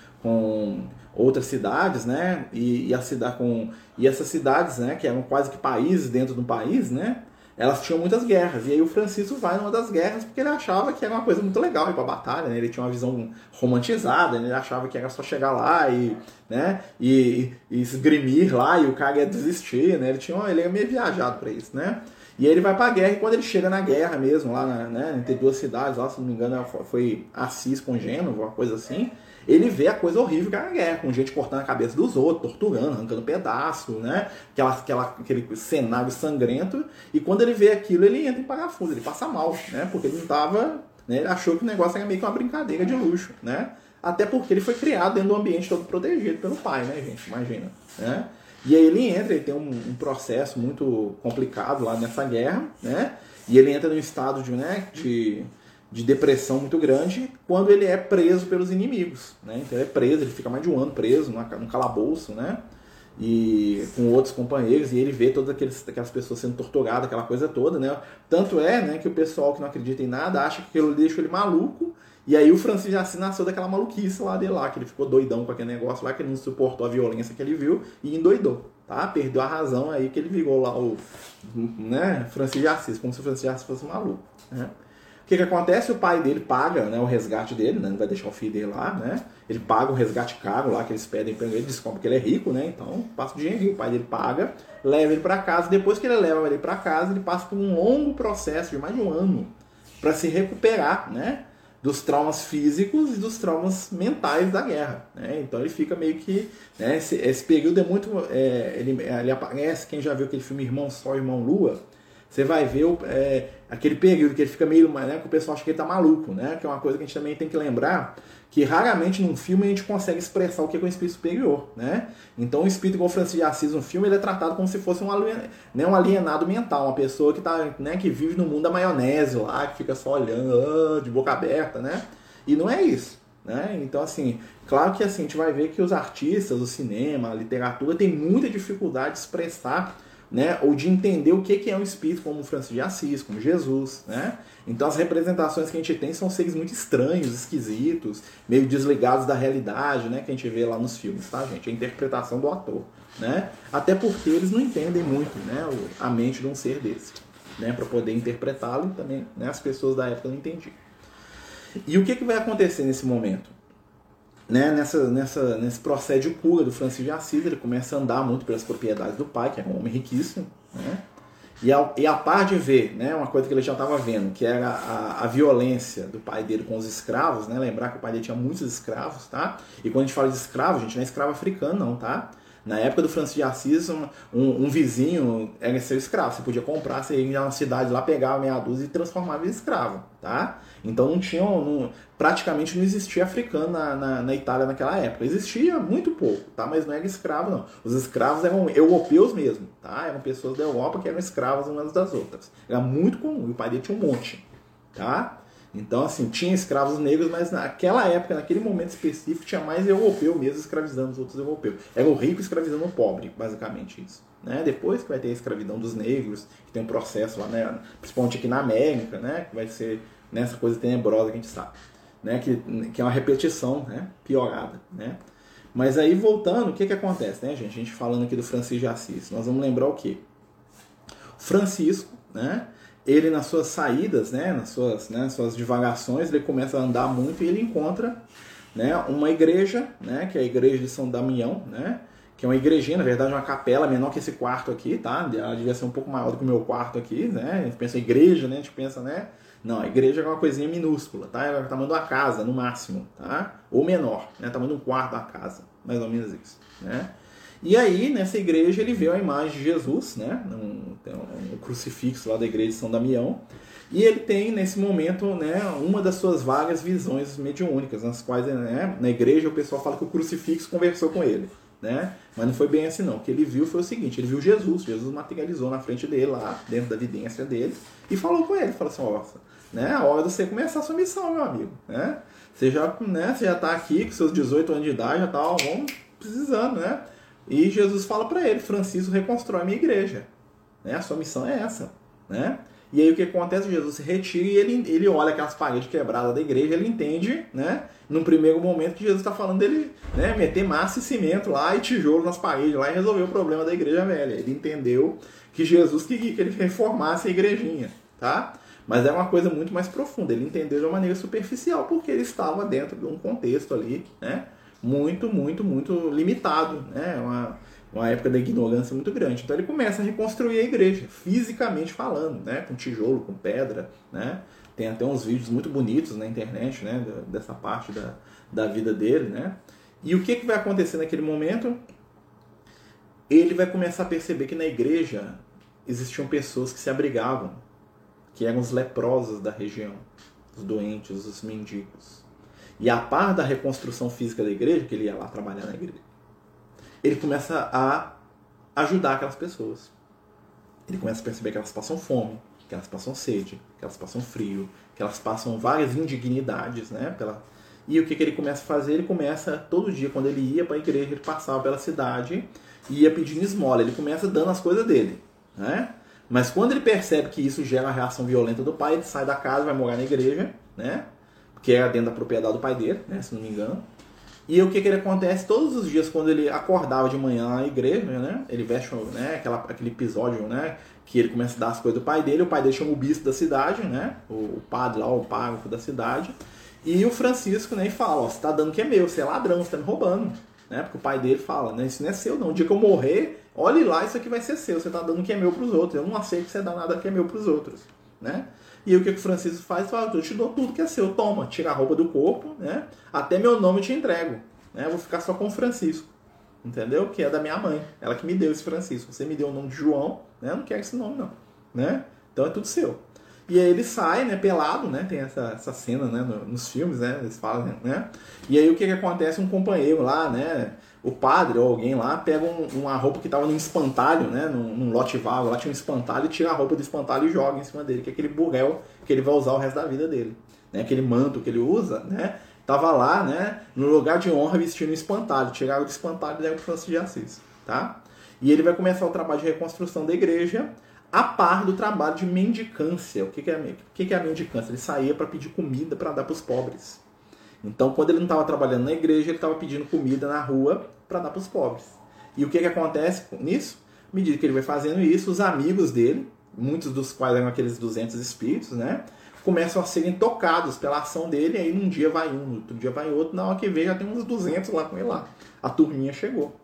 com outras cidades, né? E essas cidades, né? Que eram quase que países dentro do país, né? Elas tinham muitas guerras. E aí o Francisco vai numa das guerras porque ele achava que era uma coisa muito legal ir pra batalha, né? Ele tinha uma visão romantizada, né? Ele achava que era só chegar lá e, né? e esgrimir lá e o cara ia desistir, né? Ele era meio viajado pra isso, né? E aí ele vai pra guerra e quando ele chega na guerra mesmo, lá né? Entre duas cidades, lá, se não me engano foi Assis com Gênova, uma coisa assim, ele vê a coisa horrível que é a guerra, com gente cortando a cabeça dos outros, torturando, arrancando pedaço, né? Aquele cenário sangrento. E quando ele vê aquilo, ele entra em parafuso, ele passa mal, né? Porque ele não tava, né? Ele achou que o negócio era meio que uma brincadeira de luxo, né? Até porque ele foi criado dentro de um ambiente todo protegido pelo pai, né, gente? Imagina, né? E aí ele entra, ele tem um processo muito complicado lá nessa guerra, né? E ele entra num estado de depressão muito grande quando ele é preso pelos inimigos, né? Então ele é preso, ele fica mais de um ano preso num calabouço, né? E com outros companheiros, e ele vê todas aquelas pessoas sendo torturadas, aquela coisa toda, né? Tanto é, né, que o pessoal que não acredita em nada acha que aquilo deixa ele maluco, e aí o Francisco de Assis nasceu daquela maluquice lá dele lá, que ele ficou doidão com aquele negócio lá, que ele não suportou a violência que ele viu e endoidou, tá? Perdeu a razão aí que ele virou lá né, Francisco de Assis, como se o Francisco de Assis fosse maluco, né? O que acontece? O pai dele paga, né, o resgate dele, né, não vai deixar o filho dele lá, né? Ele paga o resgate caro lá que eles pedem para ele, descobre que ele é rico, né? Então passa o dinheirinho, o pai dele paga, leva ele para casa. Depois que ele leva ele para casa, ele passa por um longo processo de mais de um ano para se recuperar, né, dos traumas físicos e dos traumas mentais da guerra, né? Então ele fica meio que, né, esse período é muito, ele aparece, quem já viu aquele filme Irmão Sol, Irmão Lua, você vai ver aquele período que ele fica meio, né, que o pessoal acha que ele tá maluco, né? Que é uma coisa que a gente também tem que lembrar, que raramente num filme a gente consegue expressar o que é um espírito superior, né? Então o espírito igual Francisco de Assis no filme, ele é tratado como se fosse um alienado mental, uma pessoa que tá, né, que vive no mundo da maionese lá, que fica só olhando, de boca aberta, né? E não é isso, né? Então assim, claro que assim, a gente vai ver que os artistas, o cinema, a literatura tem muita dificuldade de expressar, né, ou de entender o que é um espírito como Francisco de Assis, como Jesus, né? Então as representações que a gente tem são seres muito estranhos, esquisitos, meio desligados da realidade, né, que a gente vê lá nos filmes, tá, gente? A interpretação do ator, né? Até porque eles não entendem muito, né, a mente de um ser desse, né, para poder interpretá-lo, e também, né, as pessoas da época não entendiam. E o que vai acontecer nesse momento? Né, nesse processo de cura do Francisco de Assis, ele começa a andar muito pelas propriedades do pai, que era um homem riquíssimo, né? E a par de ver, né, uma coisa que ele já estava vendo, que era a violência do pai dele com os escravos, né, lembrar que o pai dele tinha muitos escravos, tá? E quando a gente fala de escravo, a gente não é escravo africano não, tá? Na época do Francisco de Assis, um vizinho era seu escravo. Você podia comprar, você ia na cidade lá, pegava meia dúzia e transformava em escravo, tá? Então praticamente não existia africano na Itália naquela época. Existia muito pouco, tá? Mas não era escravo, não. Os escravos eram europeus mesmo, tá? Eram pessoas da Europa que eram escravas umas das outras. Era muito comum, e o pai dele tinha um monte, tá? Então, assim, tinha escravos negros, mas naquela época, naquele momento específico, tinha mais europeu mesmo escravizando os outros europeus. Era o rico escravizando o pobre, basicamente isso. Né? Depois que vai ter a escravidão dos negros, que tem um processo lá, né? Principalmente aqui na América, né? Que vai ser nessa coisa tenebrosa que a gente sabe. Né? Que é uma repetição, né? Piorada. Né? Mas aí, voltando, o que acontece, né, gente? A gente falando aqui do Francisco de Assis, nós vamos lembrar o quê? Francisco, né? Ele nas suas saídas, né, nas suas divagações, ele começa a andar muito e ele encontra, né, uma igreja, né, que é a igreja de São Damião, né, que é uma igrejinha, na verdade uma capela menor que esse quarto aqui, tá? Ela devia ser um pouco maior do que o meu quarto aqui, né? A gente pensa em igreja, né? A gente pensa, né? Não, a igreja é uma coisinha minúscula, tá? É o tamanho de uma casa, no máximo, tá? Ou menor, né? O tamanho de um quarto da casa, mais ou menos isso, né? E aí, nessa igreja, ele vê a imagem de Jesus, né? Um crucifixo lá da igreja de São Damião. E ele tem, nesse momento, né, uma das suas várias visões mediúnicas, nas quais, né, na igreja o pessoal fala que o crucifixo conversou com ele. Né? Mas não foi bem assim não. O que ele viu foi o seguinte, ele viu Jesus materializou na frente dele lá, dentro da vidência dele, e falou com ele, falou assim, ó, né, a hora de você começar a sua missão, meu amigo, né? Você já tá aqui com seus 18 anos de idade, já tá, vamos precisando, né? E Jesus fala para ele, Francisco, reconstrói a minha igreja, né? A sua missão é essa, né? E aí o que acontece? Jesus se retira e ele olha aquelas paredes quebradas da igreja, ele entende, né? Num primeiro momento que Jesus está falando dele, né, meter massa e cimento lá e tijolo nas paredes lá e resolver o problema da igreja velha. Ele entendeu que Jesus queria que ele reformasse a igrejinha, tá? Mas é uma coisa muito mais profunda. Ele entendeu de uma maneira superficial porque ele estava dentro de um contexto ali, né? Muito limitado, né? Uma época da ignorância muito grande. Então ele começa a reconstruir a igreja, fisicamente falando, né? Com tijolo, com pedra, né? Tem até uns vídeos muito bonitos na internet, né? Dessa parte da vida dele, né? E o que vai acontecer naquele momento? Ele vai começar a perceber que na igreja existiam pessoas que se abrigavam, que eram os leprosos da região, os doentes, os mendigos. E a par da reconstrução física da igreja, que ele ia lá trabalhar na igreja, ele começa a ajudar aquelas pessoas. Ele começa a perceber que elas passam fome, que elas passam sede, que elas passam frio, que elas passam várias indignidades, né? E o que ele começa a fazer? Ele começa, todo dia, quando ele ia para a igreja, ele passava pela cidade e ia pedindo esmola. Ele começa dando as coisas dele, né? Mas quando ele percebe que isso gera uma reação violenta do pai, ele sai da casa, vai morar na igreja, né? Que é dentro da propriedade do pai dele, né? Se não me engano. E o que acontece? Todos os dias, quando ele acordava de manhã na igreja, né? Ele veste, né, aquele episódio, né? Que ele começa a dar as coisas do pai dele. O pai dele chama o bispo da cidade, né? O padre lá, o pároco da cidade. E o Francisco, né, fala, ó, você tá dando que é meu, você é ladrão, você tá me roubando. Né? Porque o pai dele fala, né, isso não é seu não, o dia que eu morrer, olhe lá, isso aqui vai ser seu, você tá dando que é meu pros outros, eu não aceito que você dá nada que é meu pros outros. Né? E o que o Francisco faz? Fala, eu te dou tudo que é seu, toma, tira a roupa do corpo, né? Até meu nome eu te entrego. Né? Eu vou ficar só com o Francisco, entendeu? Que é da minha mãe, ela que me deu esse Francisco. Você me deu o nome de João, né? Eu não quero esse nome não. Né? Então é tudo seu. E aí ele sai, né, pelado, né? Tem essa cena, né, nos filmes, né? Eles falam, né? E aí o que acontece? Um companheiro lá, né? O padre ou alguém lá pega uma roupa que estava num espantalho, né? Num lote vago, lá tinha um espantalho, e tira a roupa do espantalho e joga em cima dele, que é aquele burrel que ele vai usar o resto da vida dele. Né? Aquele manto que ele usa, né? Tava lá, né? No lugar de honra vestindo um espantalho. Tiraram do espantalho e deram para Francisco de Assis, tá? E ele vai começar o trabalho de reconstrução da igreja a par do trabalho de mendicância. O que é a mendicância? Ele saía para pedir comida para dar para os pobres. Então, quando ele não estava trabalhando na igreja, ele estava pedindo comida na rua para dar para os pobres. E o que acontece nisso? À medida que ele vai fazendo isso, os amigos dele, muitos dos quais eram aqueles 200 espíritos, né, começam a serem tocados pela ação dele, e aí um dia vai um, outro dia vai outro, na hora que vê já tem uns 200 lá com ele lá. A turminha chegou.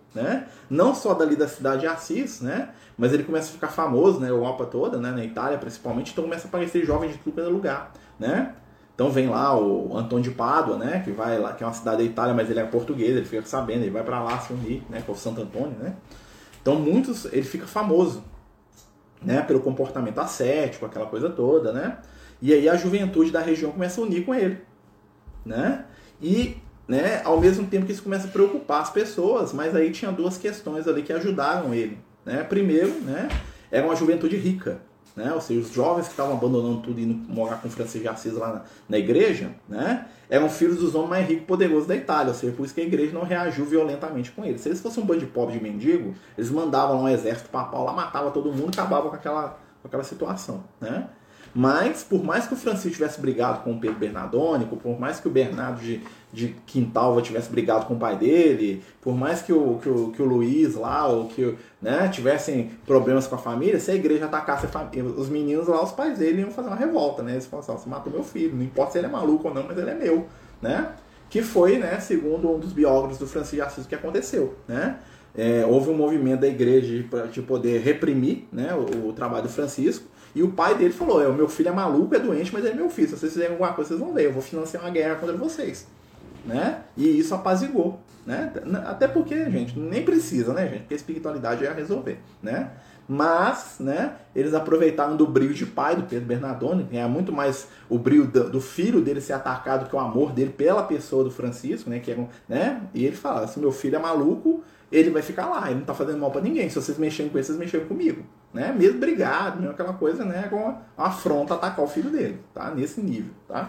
né? Não só dali da cidade de Assis, né? Mas ele começa a ficar famoso na Europa toda, né? Na Itália principalmente, então começa a aparecer jovens de tudo quanto é lugar, né? Então vem lá o Antônio de Pádua, né? Que vai lá, que é uma cidade da Itália, mas ele é português, ele fica sabendo, ele vai para lá se unir, né? Com o Santo Antônio, né? Então ele fica famoso, né? Pelo comportamento ascético, aquela coisa toda, né? E aí a juventude da região começa a unir com ele, né? E, né, ao mesmo tempo que isso começa a preocupar as pessoas, mas aí tinha duas questões ali que ajudaram ele, né? Primeiro, né, era uma juventude rica, né? Ou seja, os jovens que estavam abandonando tudo e indo morar com Francisco de Assis lá na igreja, né, eram filhos dos homens mais ricos e poderosos da Itália, ou seja, por isso que a igreja não reagiu violentamente com eles. Se eles fossem um bando de pobre de mendigo, eles mandavam um exército papal lá, matava todo mundo e acabava com aquela situação, né? Mas, por mais que o Francisco tivesse brigado com o Pedro Bernardone, por mais que o Bernardo de Quintalva tivesse brigado com o pai dele, por mais que o Luiz lá, ou que, né, tivessem problemas com a família, se a igreja atacasse os meninos lá, os pais dele iam fazer uma revolta, né? Eles falaram assim, você matou meu filho, não importa se ele é maluco ou não, mas ele é meu, né? Que foi, né, segundo um dos biógrafos do Francisco de Assis, o que aconteceu, né? Houve um movimento da igreja de poder reprimir, né, o trabalho do Francisco, e o pai dele falou, o meu filho é maluco, é doente, mas ele é meu filho, se vocês fizerem alguma coisa, vocês vão ver, eu vou financiar uma guerra contra vocês, né? E isso apazigou, né? Até porque, gente, nem precisa, né, gente? Porque a espiritualidade ia resolver, né? Mas, né, eles aproveitaram do brilho de pai do Pedro Bernardone, que é muito mais o brilho do filho dele ser atacado que o amor dele pela pessoa do Francisco, né? Que é, né? E ele fala, se meu filho é maluco, ele vai ficar lá, ele não tá fazendo mal pra ninguém, se vocês mexerem com ele, vocês mexeram comigo, né? Mesmo brigado, mesmo aquela coisa, né? Com uma afronta atacar o filho dele, tá? Nesse nível, tá?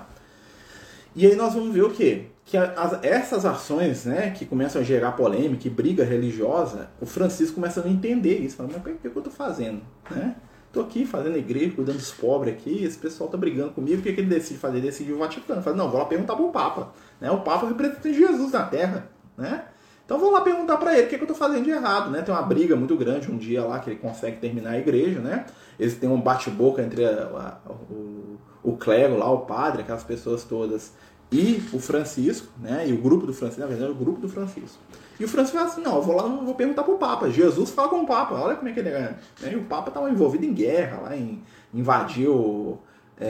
E aí nós vamos ver o quê? Que essas ações, né, que começam a gerar polêmica e briga religiosa, o Francisco começa a não entender isso. Fala, mas o que eu tô fazendo? Né? Tô aqui fazendo igreja, cuidando dos pobres aqui, esse pessoal tá brigando comigo, o que ele decide fazer? Ele decide o Vaticano. Fala, não, vou lá perguntar pro Papa. Né? O Papa representa Jesus na Terra, né? Então vou lá perguntar para ele o que eu tô fazendo de errado, né? Tem uma briga muito grande um dia lá que ele consegue terminar a igreja, né? Eles têm um bate-boca entre o clero lá, o padre, aquelas pessoas todas, e o Francisco, né? E o grupo do Francisco, na verdade, o grupo do Francisco. E o Francisco fala assim, não, eu vou lá, vou perguntar pro Papa. Jesus fala com o Papa, olha como é que ele é. E o Papa estava envolvido em guerra lá, invadiu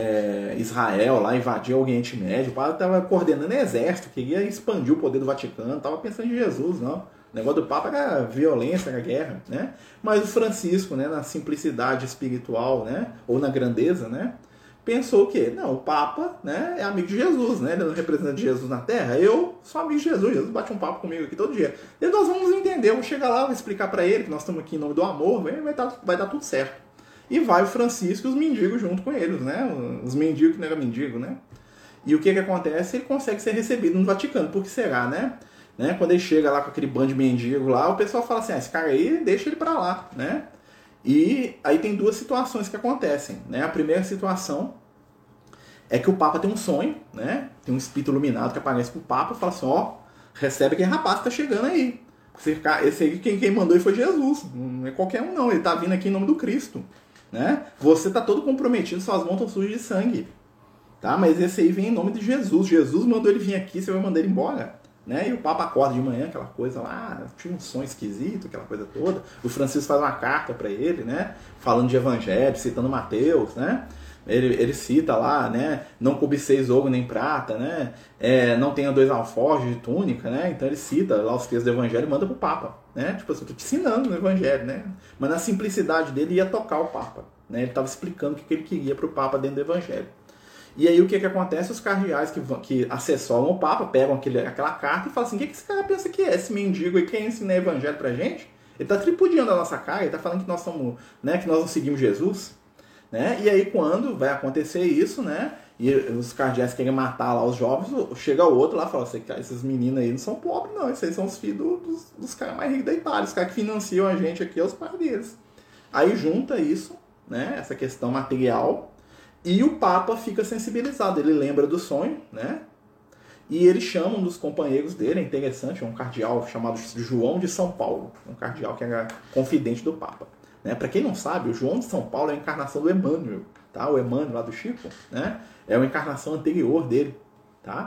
Israel, lá invadiu o Oriente Médio. O Papa estava coordenando exército, queria expandir o poder do Vaticano, estava pensando em Jesus, não. O negócio do Papa era violência, era guerra, né? Mas o Francisco, né, na simplicidade espiritual, né, ou na grandeza, né, pensou o quê? Não, o Papa, né, é amigo de Jesus, né? Ele não representa Jesus na Terra. Eu sou amigo de Jesus. Jesus bate um papo comigo aqui todo dia. E nós vamos entender. Vamos chegar lá, vou explicar para ele que nós estamos aqui em nome do amor. Vai dar tudo certo. E vai o Francisco e os mendigos junto com eles, né? Os mendigos que não eram mendigos, né? E o que acontece? Ele consegue ser recebido no Vaticano. Por que será, né? Quando ele chega lá com aquele bando de mendigo lá, o pessoal fala assim, esse cara aí, deixa ele para lá, né? E aí tem duas situações que acontecem, né? A primeira situação é que o Papa tem um sonho, né? Tem um espírito iluminado que aparece pro Papa e fala assim, recebe aquele rapaz que tá chegando aí. Esse aí quem mandou ele foi Jesus, não é qualquer um não, ele tá vindo aqui em nome do Cristo, né? Você tá todo comprometido, suas mãos estão sujas de sangue, tá? Mas esse aí vem em nome de Jesus, Jesus mandou ele vir aqui, você vai mandar ele embora. Né? E o Papa acorda de manhã, aquela coisa lá, tinha um sonho esquisito, aquela coisa toda. O Francisco faz uma carta para ele, né? Falando de evangelho, citando Mateus, né? Ele cita lá, né? Não cobiceis ouro nem prata, né? Não tenha 2 alforjes de túnica, né? Então ele cita lá os textos do evangelho e manda pro Papa, né? Tipo assim, eu tô te ensinando no evangelho, né? Mas na simplicidade dele ia tocar o Papa, né? Ele estava explicando o que ele queria pro Papa dentro do evangelho. E aí o que acontece? Os cardeais que assessoram o Papa pegam aquela carta e falam assim, o que esse cara pensa que é? Esse mendigo aí, quem ensina o evangelho pra gente? Ele tá tripudiando a nossa cara, ele tá falando que nós somos, né, que nós não seguimos Jesus, né? E aí quando vai acontecer isso, né, e os cardeais querem matar lá os jovens, chega o outro lá e fala assim, esses meninos aí não são pobres não, esses aí são os filhos dos caras mais ricos da Itália, os caras que financiam a gente aqui, é os pais deles. Aí junta isso, né, essa questão material, e o Papa fica sensibilizado, ele lembra do sonho, né? E ele chama um dos companheiros dele, é interessante, um cardeal chamado João de São Paulo, um cardeal que era confidente do Papa. Né? Para quem não sabe, o João de São Paulo é a encarnação do Emmanuel, tá? O Emmanuel lá do Chico, né? É uma encarnação anterior dele, tá?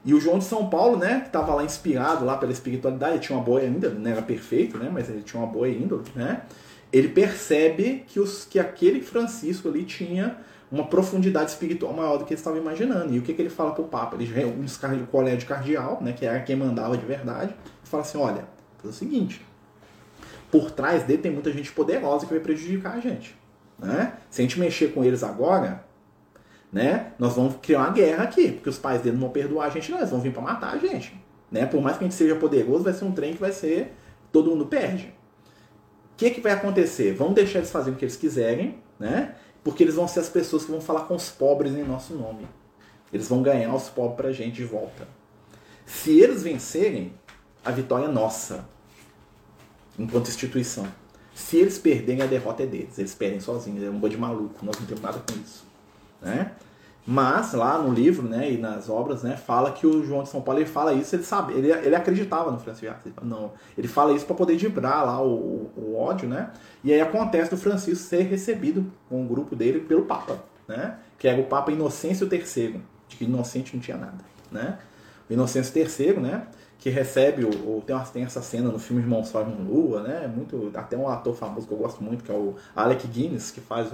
E o João de São Paulo, né, que estava lá inspirado lá pela espiritualidade, ele tinha uma boa ainda, não era perfeito, né, mas ele tinha uma boa índole, né, ele percebe que aquele Francisco ali tinha uma profundidade espiritual maior do que ele estava imaginando. E o que ele fala para o Papa? Ele reúne o colégio cardeal, né, que era quem mandava de verdade, e fala assim, olha, é o seguinte, por trás dele tem muita gente poderosa que vai prejudicar a gente. Né? Se a gente mexer com eles agora, né, nós vamos criar uma guerra aqui, porque os pais dele não vão perdoar a gente, não, eles vão vir para matar a gente. Né? Por mais que a gente seja poderoso, vai ser um trem que vai ser... todo mundo perde. O que vai acontecer? Vamos deixar eles fazerem o que eles quiserem, né? Porque eles vão ser as pessoas que vão falar com os pobres em nosso nome. Eles vão ganhar os pobres pra gente de volta. Se eles vencerem, a vitória é nossa, enquanto instituição. Se eles perderem, a derrota é deles. Eles perdem sozinhos, é um bando de maluco, nós não temos nada com isso. Né? Mas lá no livro, né, e nas obras, né, fala que o João de São Paulo, ele fala isso, ele sabe, ele acreditava no Francisco de Assis. Não, ele fala isso para poder driblar lá o ódio, né? E aí acontece do Francisco ser recebido com o grupo dele pelo Papa, né? Que era o Papa Inocêncio III, de que inocente não tinha nada, né? O Inocêncio III, né, que recebe tem essa cena no filme Irmão Sol e Irmão Lua, né? Muito, até um ator famoso que eu gosto muito, que é o Alec Guinness, que faz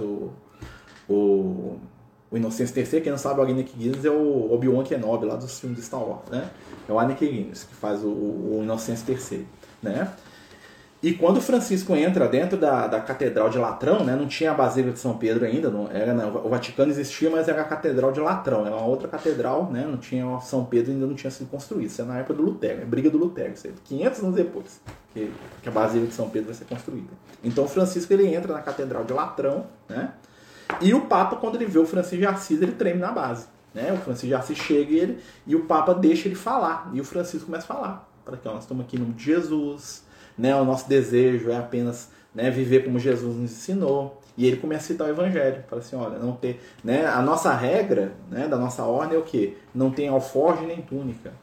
o Inocêncio III, quem não sabe, o Alec Guinness é o Obi-Wan Kenobi, lá dos filmes de Star Wars, né? É o Alec Guinness, que faz o Inocêncio III, né? E quando o Francisco entra dentro da Catedral de Latrão, né? Não tinha a Basílica de São Pedro ainda, o Vaticano existia, mas era a Catedral de Latrão, era uma outra catedral, né? Não tinha São Pedro, ainda não tinha sido construído, isso é na época do Lutero, é briga do Lutero, isso é 500 anos depois que a Basílica de São Pedro vai ser construída. Então o Francisco, ele entra na Catedral de Latrão, né? E o Papa, quando ele vê o Francisco de Assis, ele treme na base. Né? O Francisco de Assis chega e o Papa deixa ele falar. E o Francisco começa a falar. Para que nós estamos aqui no nome de Jesus. Né? O nosso desejo é apenas, né, viver como Jesus nos ensinou. E ele começa a citar o Evangelho. Fala assim, olha, não ter, né, a nossa regra, né, da nossa ordem é o quê? Não tem alforje nem túnica.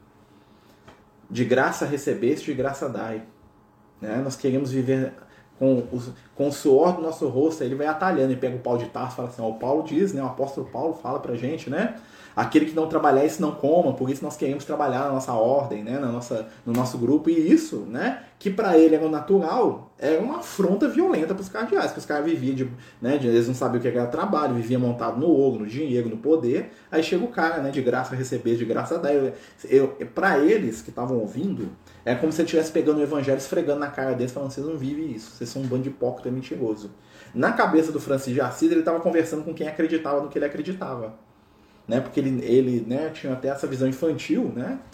De graça recebeste, de graça dai. Né? Nós queremos viver... Com o suor do nosso rosto, ele vai atalhando e pega o Paulo de Tarso e fala assim, ó, o Paulo diz, né, o apóstolo Paulo fala pra gente, né, aquele que não trabalhar, esse não coma, por isso nós queremos trabalhar na nossa ordem, né, no nosso grupo, e isso, né, que para ele era natural, era uma afronta violenta para os cardeais, que os caras viviam eles não sabiam o que era trabalho, viviam montado no ouro, no dinheiro, no poder, aí chega o cara, né, de graça receber, de graça dar. Para eles que estavam ouvindo, é como se ele estivesse pegando o evangelho, esfregando na cara deles, falando, vocês não vivem isso, vocês são um bando de hipócrita mentiroso. Na cabeça do Francisco de Assis, ele estava conversando com quem acreditava no que ele acreditava. Né? Porque ele né, tinha até essa visão infantil,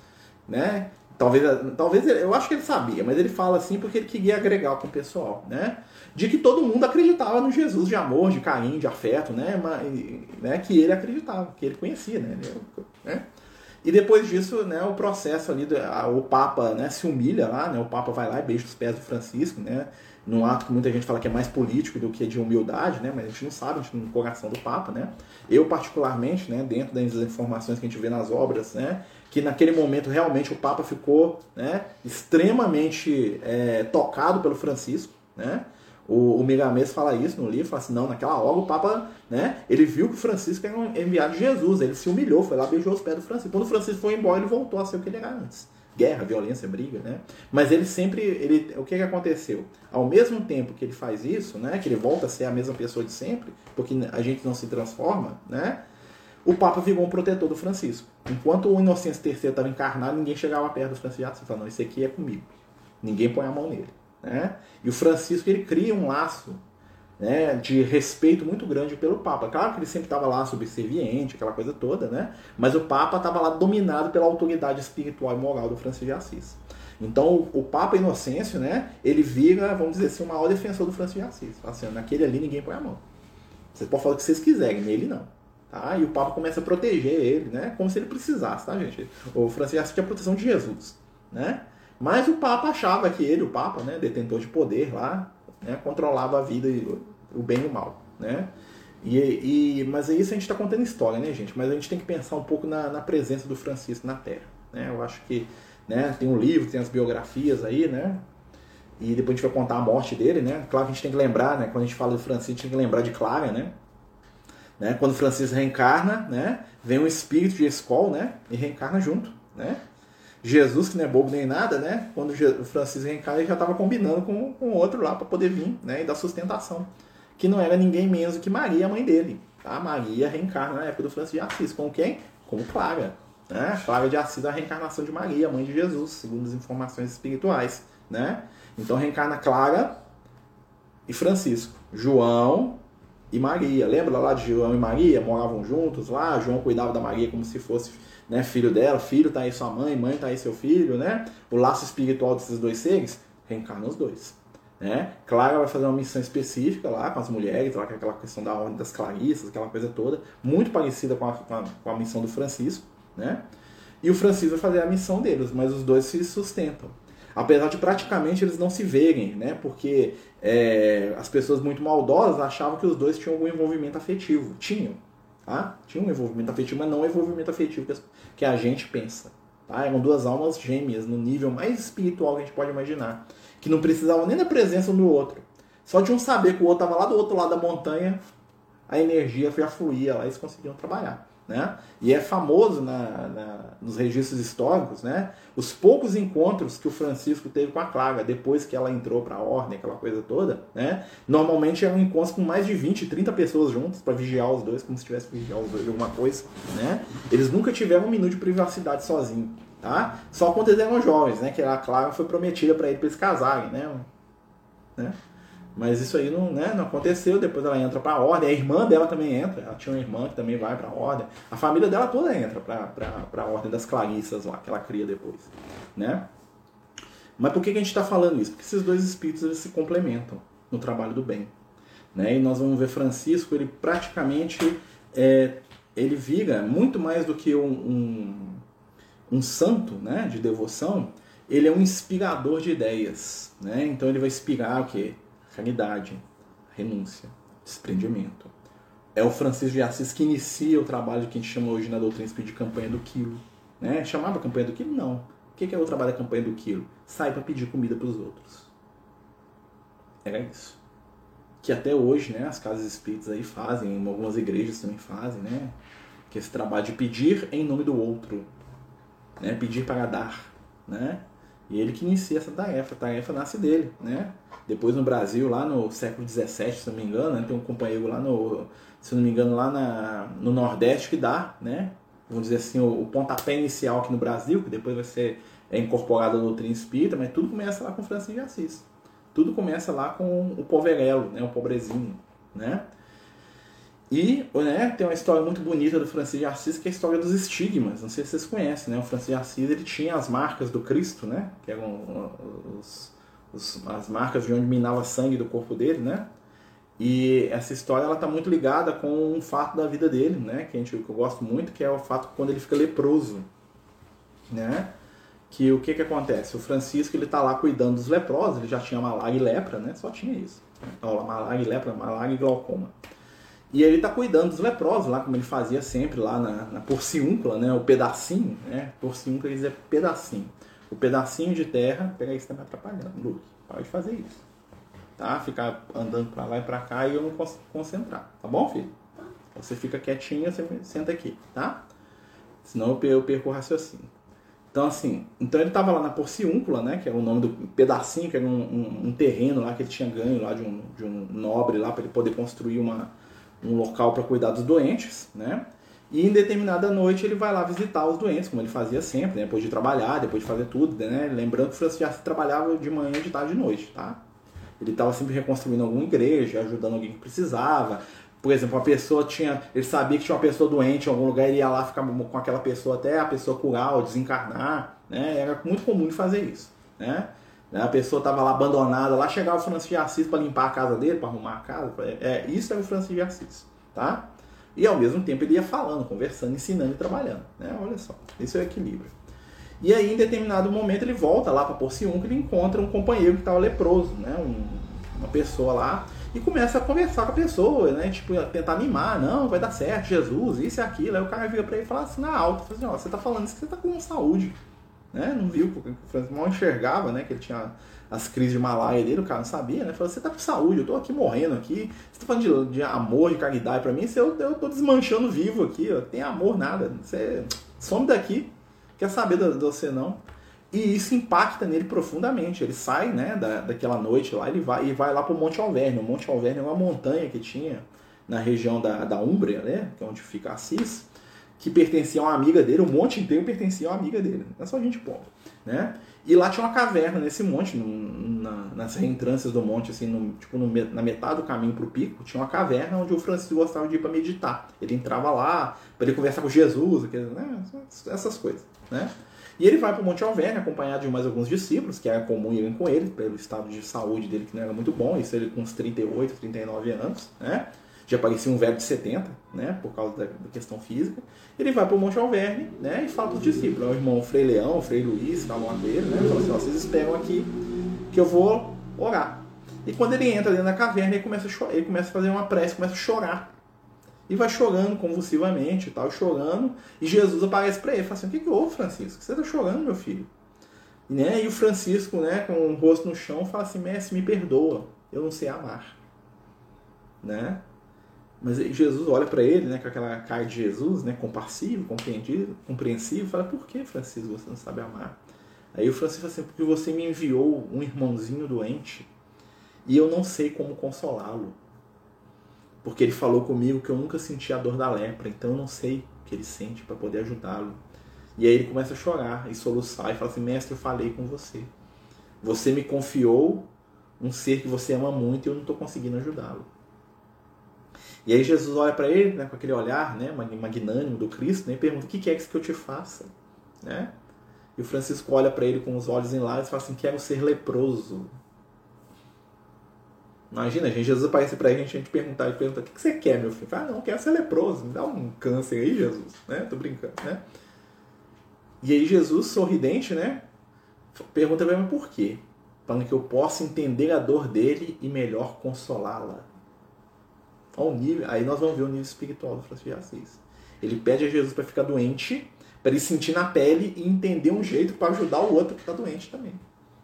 né? Talvez eu acho que ele sabia, mas ele fala assim porque ele queria agregar com o pessoal, né? De que todo mundo acreditava no Jesus de amor, de carinho, de afeto, né? Que ele acreditava, que ele conhecia, né? E depois disso, né, o processo ali, o Papa, né, se humilha lá, né? O Papa vai lá e beija os pés do Francisco, né? Num ato que muita gente fala que é mais político do que de humildade, né? Mas a gente não sabe, a gente no coração do Papa, né? Eu, particularmente, né, dentro das informações que a gente vê nas obras, né, que naquele momento realmente o Papa ficou, né, extremamente tocado pelo Francisco, né? O Miramês fala isso no livro, fala assim, não, naquela hora o Papa, né, ele viu que o Francisco era um enviado de Jesus, ele se humilhou, foi lá, beijou os pés do Francisco. Quando o Francisco foi embora, ele voltou a ser o que ele era antes. Guerra, violência, briga, né? Mas ele sempre, o que aconteceu? Ao mesmo tempo que ele faz isso, né, que ele volta a ser a mesma pessoa de sempre, porque a gente não se transforma, né? O Papa virou um protetor do Francisco. Enquanto o Inocêncio III estava encarnado, ninguém chegava perto do Francisco. Você fala, não, esse aqui é comigo. Ninguém põe a mão nele. Né? E o Francisco, ele cria um laço, né, de respeito muito grande pelo Papa. Claro que ele sempre estava lá subserviente, aquela coisa toda, né? Mas o Papa estava lá dominado pela autoridade espiritual e moral do Francisco de Assis. Então o Papa Inocêncio, né, ele vira, vamos dizer assim, o maior defensor do Francisco de Assis. Assim, naquele ali ninguém põe a mão. Vocês podem falar o que vocês quiserem, nele não. Tá? E o Papa começa a proteger ele, né, como se ele precisasse, tá, gente? O Francisco de Assis tinha a proteção de Jesus, né? Mas o Papa achava que ele, o Papa, né, detentor de poder lá, né, controlava a vida, o bem e o mal, né? Mas é isso, a gente está contando história, né, gente? Mas a gente tem que pensar um pouco na presença do Francisco na Terra, né? Eu acho que, né, tem um livro, tem as biografias aí, né? E depois a gente vai contar a morte dele, né? Claro que a gente tem que lembrar, né? Quando a gente fala do Francisco, a gente tem que lembrar de Clara, né? né? Quando Francisco reencarna, né? Vem um espírito de Skol, né? E reencarna junto, né? Jesus, que não é bobo nem nada, né? Quando o Francisco reencarna, ele já estava combinando com o outro lá para poder vir, né? E dar sustentação. Que não era ninguém menos do que Maria, a mãe dele. Tá? Maria reencarna na época do Francisco de Assis. Com quem? Com Clara. Né? Clara de Assis é a reencarnação de Maria, mãe de Jesus, segundo as informações espirituais. Né? Então reencarna Clara e Francisco. João e Maria. Lembra lá de João e Maria? Moravam juntos lá. João cuidava da Maria como se fosse, né, filho dela. Filho tá aí sua mãe, mãe tá aí seu filho. Né? O laço espiritual desses dois seres reencarna os dois. Né? Clara vai fazer uma missão específica lá com as mulheres, lá, com aquela questão da ordem das Clarissas, aquela coisa toda, muito parecida com a missão do Francisco. Né? E o Francisco vai fazer a missão deles, mas os dois se sustentam. Apesar de praticamente eles não se verem, né? Porque as pessoas muito maldosas achavam que os dois tinham algum envolvimento afetivo. Tinham. Tá? Tinham um envolvimento afetivo, mas não o envolvimento afetivo que a gente pensa. Tá? Eram duas almas gêmeas, no nível mais espiritual que a gente pode imaginar. Que não precisavam nem da presença um do outro. Só de um saber que o outro estava lá do outro lado da montanha, a energia já fluía lá e eles conseguiam trabalhar. Né? E é famoso nos registros históricos, né? Os poucos encontros que o Francisco teve com a Clara depois que ela entrou para a ordem, aquela coisa toda, né? Normalmente eram encontros com mais de 20, 30 pessoas juntas para vigiar os dois, como se tivesse que vigiar os dois de alguma coisa, né? Eles nunca tiveram um minuto de privacidade sozinhos, tá? Só quando eles eram jovens, né? Que a Clara foi prometida para eles casarem, né? Mas isso aí não aconteceu. Depois ela entra para a ordem. A irmã dela também entra. Ela tinha uma irmã que também vai para a ordem. A família dela toda entra para a ordem das Clarissas lá, que ela cria depois. Né? Mas por que a gente está falando isso? Porque esses dois espíritos eles se complementam no trabalho do bem. Né? E nós vamos ver Francisco, ele praticamente ele vira muito mais do que um santo, né, de devoção. Ele é um inspirador de ideias. Né? Então ele vai inspirar o quê? Caridade, renúncia, desprendimento. É o Francisco de Assis que inicia o trabalho que a gente chama hoje na doutrina espírita de campanha do quilo. Né? Chamava campanha do quilo? Não. O que é o trabalho da campanha do quilo? Sai para pedir comida para os outros. Era isso. Que até hoje, né, as casas espíritas aí fazem, em algumas igrejas também fazem, né? Que é esse trabalho de pedir em nome do outro. Né? Pedir para dar. Né? E ele que inicia essa tarefa. A tarefa nasce dele, né? Depois no Brasil, lá no século XVII, se não me engano, né? Tem um companheiro lá se não me engano, lá no Nordeste que dá, né? Vamos dizer assim, o pontapé inicial aqui no Brasil, que depois vai ser incorporado à doutrina espírita, mas tudo começa lá com Francisco de Assis. Tudo começa lá com o poverelo, né? O pobrezinho, né? E, né, tem uma história muito bonita do Francisco de Assis, que é a história dos estigmas. Não sei se vocês conhecem, né? O Francisco de Assis, ele tinha as marcas do Cristo, né? Que eram as marcas de onde minava sangue do corpo dele, né? E essa história ela está muito ligada com um fato da vida dele, né? Que eu gosto muito, que é o fato quando ele fica leproso, né? Que o que acontece? O Francisco ele está lá cuidando dos leprosos, ele já tinha malária e lepra, né? Só tinha isso. Então, malária e lepra, malária e glaucoma. E ele está cuidando dos leprosos lá, como ele fazia sempre lá na porciúncula, né? O pedacinho, né? Porciúncula quer dizer pedacinho. O pedacinho de terra, pega aí, você está me atrapalhando, Luke. Para de fazer isso. Tá? Ficar andando para lá e para cá e eu não consigo concentrar. Tá bom, filho? Você fica quietinho, você senta aqui, tá? Senão eu perco o raciocínio. Então, assim, ele estava lá na porciúncula, né? Que é o nome do pedacinho, que era um terreno lá que ele tinha ganho lá de um nobre lá para ele poder construir um local para cuidar dos doentes, né? E em determinada noite ele vai lá visitar os doentes, como ele fazia sempre, né? Depois de trabalhar, depois de fazer tudo, né? Lembrando que o Francisco já trabalhava de manhã, de tarde e de noite, tá? Ele estava sempre reconstruindo alguma igreja, ajudando alguém que precisava. Por exemplo, ele sabia que tinha uma pessoa doente em algum lugar, ele ia lá ficar com aquela pessoa até a pessoa curar ou desencarnar, né? Era muito comum de fazer isso, né? A pessoa estava lá abandonada, lá chegava o Francisco de Assis para limpar a casa dele, para arrumar a casa. Isso era o Francisco de Assis, tá? E ao mesmo tempo ele ia falando, conversando, ensinando e trabalhando, né? Olha só, isso é o equilíbrio. E aí, em determinado momento, ele volta lá para Porciúncula e ele encontra um companheiro que estava leproso, né? Uma pessoa lá, e começa a conversar com a pessoa, né? Tipo, tentar animar, não, vai dar certo, Jesus, isso e aquilo. Aí o cara vira para ele e fala assim na alta, fala assim, ó, você tá falando isso que você tá com saúde. né? Não viu, porque o Francisco mal enxergava, né? Que ele tinha as crises de Himalaia dele, o cara não sabia, né? Falou, você tá com saúde, eu tô aqui morrendo aqui, você tá falando de amor, de caridade pra mim, eu tô desmanchando vivo aqui, ó, tem amor nada, você some daqui, quer saber de você não. E isso impacta nele profundamente. Ele sai, né, daquela noite lá, ele vai lá pro Monte Alverne. O Monte Alverne é uma montanha que tinha na região da Úmbria, né, que é onde fica Assis, que pertencia a uma amiga dele, o monte inteiro pertencia a uma amiga dele. Não é só gente pobre, né? E lá tinha uma caverna nesse monte, nas reentrâncias do monte, assim, na metade do caminho para o pico, tinha uma caverna onde o Francisco gostava de ir para meditar. Ele entrava lá para ele conversar com Jesus, né, essas coisas, né? E ele vai para o Monte Alverne, acompanhado de mais alguns discípulos, que era comum irem com ele, pelo estado de saúde dele, que não era muito bom, isso ele com uns 38, 39 anos, né? Já parecia um velho de 70, né, por causa da questão física. Ele vai para o Monte Alverne, né, e fala para os discípulos, o irmão Frei Leão, o Frei Luiz, estavam lá com ele, né, fala assim, ó, vocês esperam aqui que eu vou orar. E quando ele entra dentro da caverna, ele começa a fazer uma prece, começa a chorar. E vai chorando convulsivamente, tal, chorando, e Jesus aparece para ele, fala assim, o que houve, Francisco? Você está chorando, meu filho? E o Francisco, né, com o rosto no chão, fala assim, mestre, me perdoa, eu não sei amar. Né? Mas Jesus olha para ele, né, com aquela cara de Jesus, né, compassivo, compreensivo, fala, por que, Francisco, você não sabe amar? Aí o Francisco fala assim, porque você me enviou um irmãozinho doente e eu não sei como consolá-lo. Porque ele falou comigo que eu nunca senti a dor da lepra, então eu não sei o que ele sente para poder ajudá-lo. E aí ele começa a chorar e soluçar e fala assim, mestre, eu falei com você. Você me confiou um ser que você ama muito e eu não estou conseguindo ajudá-lo. E aí Jesus olha para ele, né, com aquele olhar, né, magnânimo do Cristo, né, e pergunta, o que é que eu te faça? Né? E o Francisco olha para ele com os olhos em lágrimas e fala assim, quero ser leproso. Imagina, Jesus aparece pra gente pergunta, o que você quer, meu filho? Fala, não, quero ser leproso, me dá um câncer aí, Jesus. Né? Tô brincando, né? E aí Jesus, sorridente, né, pergunta pra mim por quê? Falando que eu possa entender a dor dele e melhor consolá-la. Ao nível, aí nós vamos ver o nível espiritual do Francisco de Assis. Ele pede a Jesus para ficar doente, para ele sentir na pele e entender um jeito para ajudar o outro que está doente também.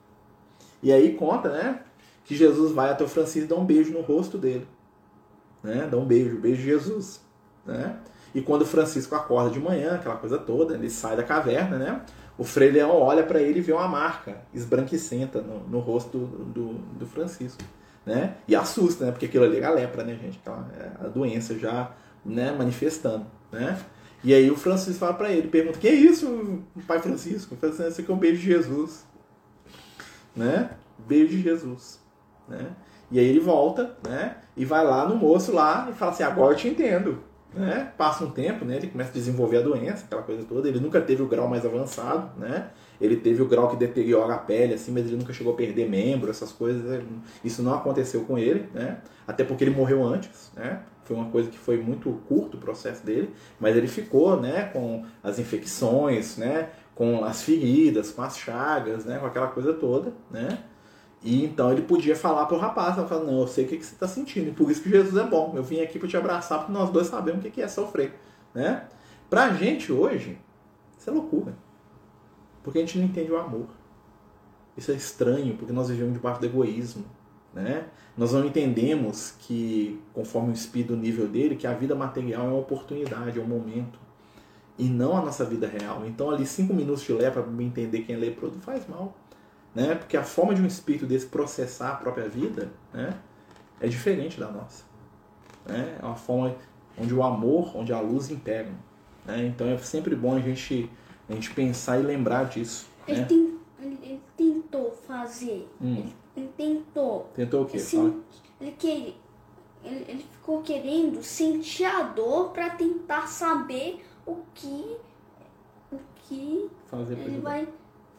E aí conta, né, que Jesus vai até o Francisco e dá um beijo no rosto dele. Né? Dá um beijo de Jesus. Né? E quando o Francisco acorda de manhã, aquela coisa toda, ele sai da caverna, né? O Frei Leão olha para ele e vê uma marca esbranquicenta no rosto do Francisco. Né? E assusta, né? Porque aquilo ali é a lepra, né, gente? A doença já, né, manifestando. Né? E aí o Francisco fala para ele, pergunta, que é isso, pai Francisco? Ele fala assim, isso aqui é um beijo de Jesus. Né? Beijo de Jesus. Né? E aí ele volta, né, e vai lá no moço lá e fala assim, agora eu te entendo. Né? Passa um tempo, né, ele começa a desenvolver a doença, aquela coisa toda, ele nunca teve o grau mais avançado, né? Ele teve o grau que deteriora a pele, assim, mas ele nunca chegou a perder membro, essas coisas, isso não aconteceu com ele, né? Até porque ele morreu antes, né? Foi uma coisa que foi muito curto o processo dele, mas ele ficou, né, com as infecções, né, com as feridas, com as chagas, né, com aquela coisa toda, né? E então ele podia falar pro rapaz, ele falava, não, eu sei o que você está sentindo, e por isso que Jesus é bom, eu vim aqui para te abraçar, porque nós dois sabemos o que é sofrer, né? Pra gente hoje, isso é loucura, porque a gente não entende o amor, isso é estranho, porque nós vivemos debaixo do egoísmo, né? Nós não entendemos que, conforme o espírito do nível dele, que a vida material é uma oportunidade, é um momento, e não a nossa vida real. Então ali 5 minutos de lepra para me entender quem é leproso não faz mal. Né? Porque a forma de um espírito desse processar a própria vida, né, é diferente da nossa. Né? É uma forma onde o amor, onde a luz integram. Né? Então é sempre bom a gente pensar e lembrar disso. Ele, né? ele tentou fazer. Ele tentou. Tentou o quê? Ele ficou querendo sentir a dor para tentar saber o que fazer pra ele ajudar. vai.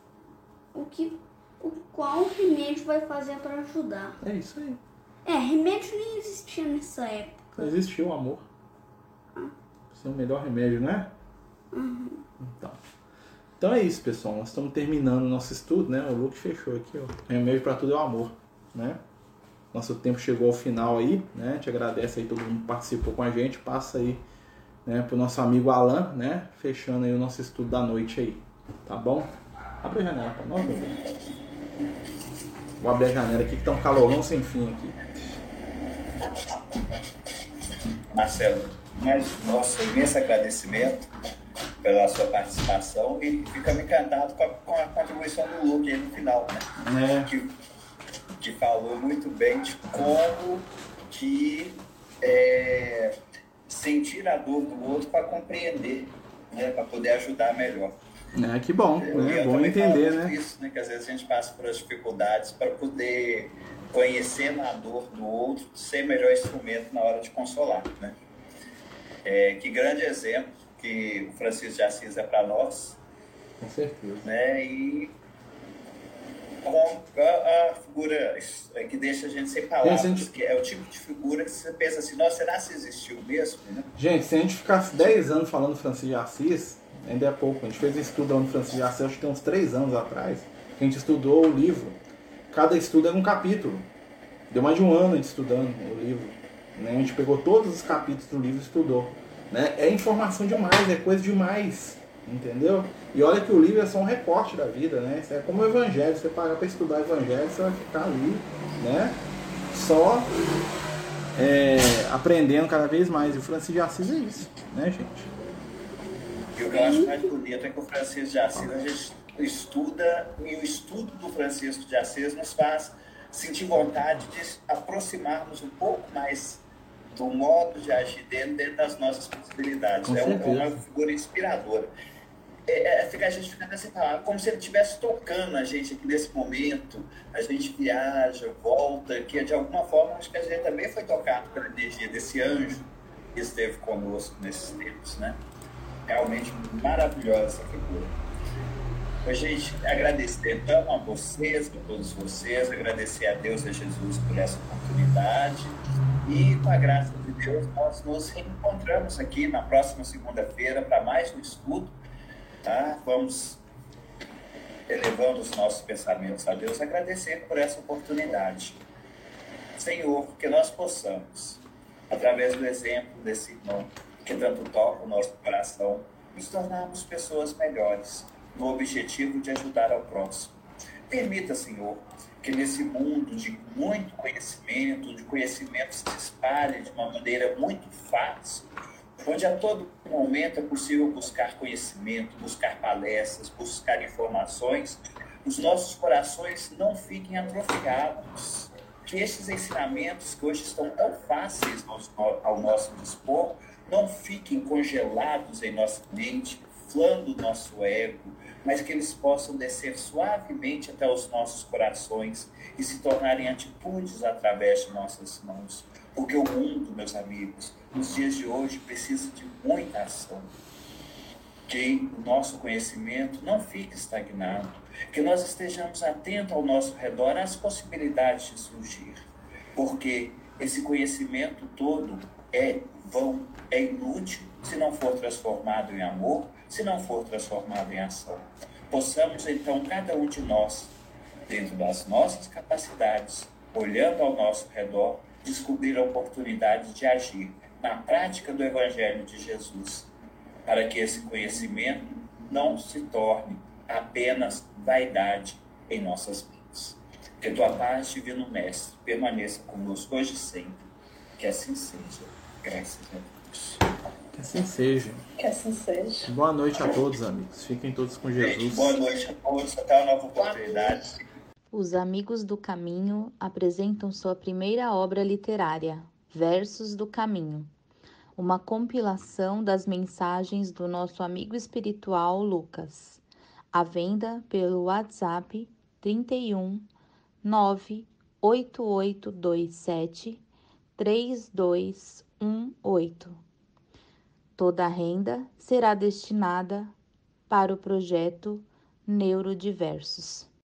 Qual remédio vai fazer para ajudar. É isso aí. Remédio nem existia nessa época. Não existiu o amor. Esse é o melhor remédio, né? Uhum. Então é isso, pessoal. Nós estamos terminando o nosso estudo, né? O Luke fechou aqui, ó. Remédio para tudo é o amor, né? Nosso tempo chegou ao final aí, né? Te agradece aí todo mundo que participou com a gente. Passa aí, né, pro nosso amigo Alan, né? Fechando aí o nosso estudo da noite aí, tá bom? Abre a janela pra nós, meu bem. Vou abrir a janela aqui que tá um calorão sem fim aqui. Marcelo, mas nosso imenso agradecimento pela sua participação e ficamos encantados com a contribuição do Luke aí no final, né? Que falou muito bem de como que sentir a dor do outro para compreender, né? Para poder ajudar melhor. Que bom, né? Bom entender, né? Isso, né? Que às vezes a gente passa por as dificuldades para poder conhecer a dor do outro, ser melhor instrumento na hora de consolar, né? Que grande exemplo que o Francisco de Assis é para nós. Com certeza. Né? E com a figura que deixa a gente sem palavras, que é o tipo de figura que você pensa assim, nossa, será que existiu mesmo? Né? Gente, se a gente ficasse 10 anos falando Francisco de Assis, ainda é pouco. A gente fez um estudo lá no Francisco de Assis, acho que tem uns 3 anos atrás, que a gente estudou o livro. Cada estudo era um capítulo. Deu mais de um ano a gente estudando o livro. Né? A gente pegou todos os capítulos do livro e estudou. Né? É informação demais, é coisa demais. Entendeu? E olha que o livro é só um recorte da vida, né? Isso é como o Evangelho. Você parar para estudar o Evangelho, você vai ficar ali, né? Só aprendendo cada vez mais. E o Francisco de Assis é isso, né, gente? E o que eu acho mais bonito é que o Francisco de Assis, a gente estuda, e o estudo do Francisco de Assis nos faz sentir vontade de aproximarmos um pouco mais do modo de agir dele dentro das nossas possibilidades. É uma figura inspiradora. A gente fica nessa palavra, como se ele estivesse tocando a gente aqui nesse momento. A gente viaja, volta, que de alguma forma acho que a gente também foi tocado pela energia desse anjo que esteve conosco nesses tempos, né? Realmente maravilhosa essa figura. A gente agradecer então a vocês, a todos vocês, agradecer a Deus e a Jesus por essa oportunidade. E com a graça de Deus, nós nos reencontramos aqui na próxima segunda-feira para mais um estudo. Tá? Vamos elevando os nossos pensamentos a Deus, agradecendo por essa oportunidade. Senhor, que nós possamos, através do exemplo desse irmão que tanto toca o nosso coração, nos tornarmos pessoas melhores, no objetivo de ajudar ao próximo. Permita, Senhor, que nesse mundo de muito conhecimento, de conhecimento se espalhe de uma maneira muito fácil, onde a todo momento é possível buscar conhecimento, buscar palestras, buscar informações, os nossos corações não fiquem atrofiados. Que esses ensinamentos que hoje estão tão fáceis ao nosso dispor, não fiquem congelados em nossa mente, inflando o nosso ego, mas que eles possam descer suavemente até os nossos corações e se tornarem atitudes através de nossas mãos. Porque o mundo, meus amigos, nos dias de hoje precisa de muita ação. Que o nosso conhecimento não fique estagnado, que nós estejamos atentos ao nosso redor às possibilidades de surgir. Porque esse conhecimento todo é vão, é inútil se não for transformado em amor, se não for transformado em ação. Possamos, então, cada um de nós, dentro das nossas capacidades, olhando ao nosso redor, descobrir a oportunidade de agir na prática do Evangelho de Jesus, para que esse conhecimento não se torne apenas vaidade em nossas mentes. Que tua paz, Divino Mestre, permaneça conosco hoje e sempre. Que assim seja. Graças a Deus. Que assim seja. Que assim seja. Boa noite a todos, amigos. Fiquem todos com Jesus. Boa noite a todos. Até uma nova oportunidade. Os Amigos do Caminho apresentam sua primeira obra literária, Versos do Caminho, uma compilação das mensagens do nosso amigo espiritual Lucas, à venda pelo WhatsApp 31 98827 3218. Toda a renda será destinada para o projeto Neurodiversos.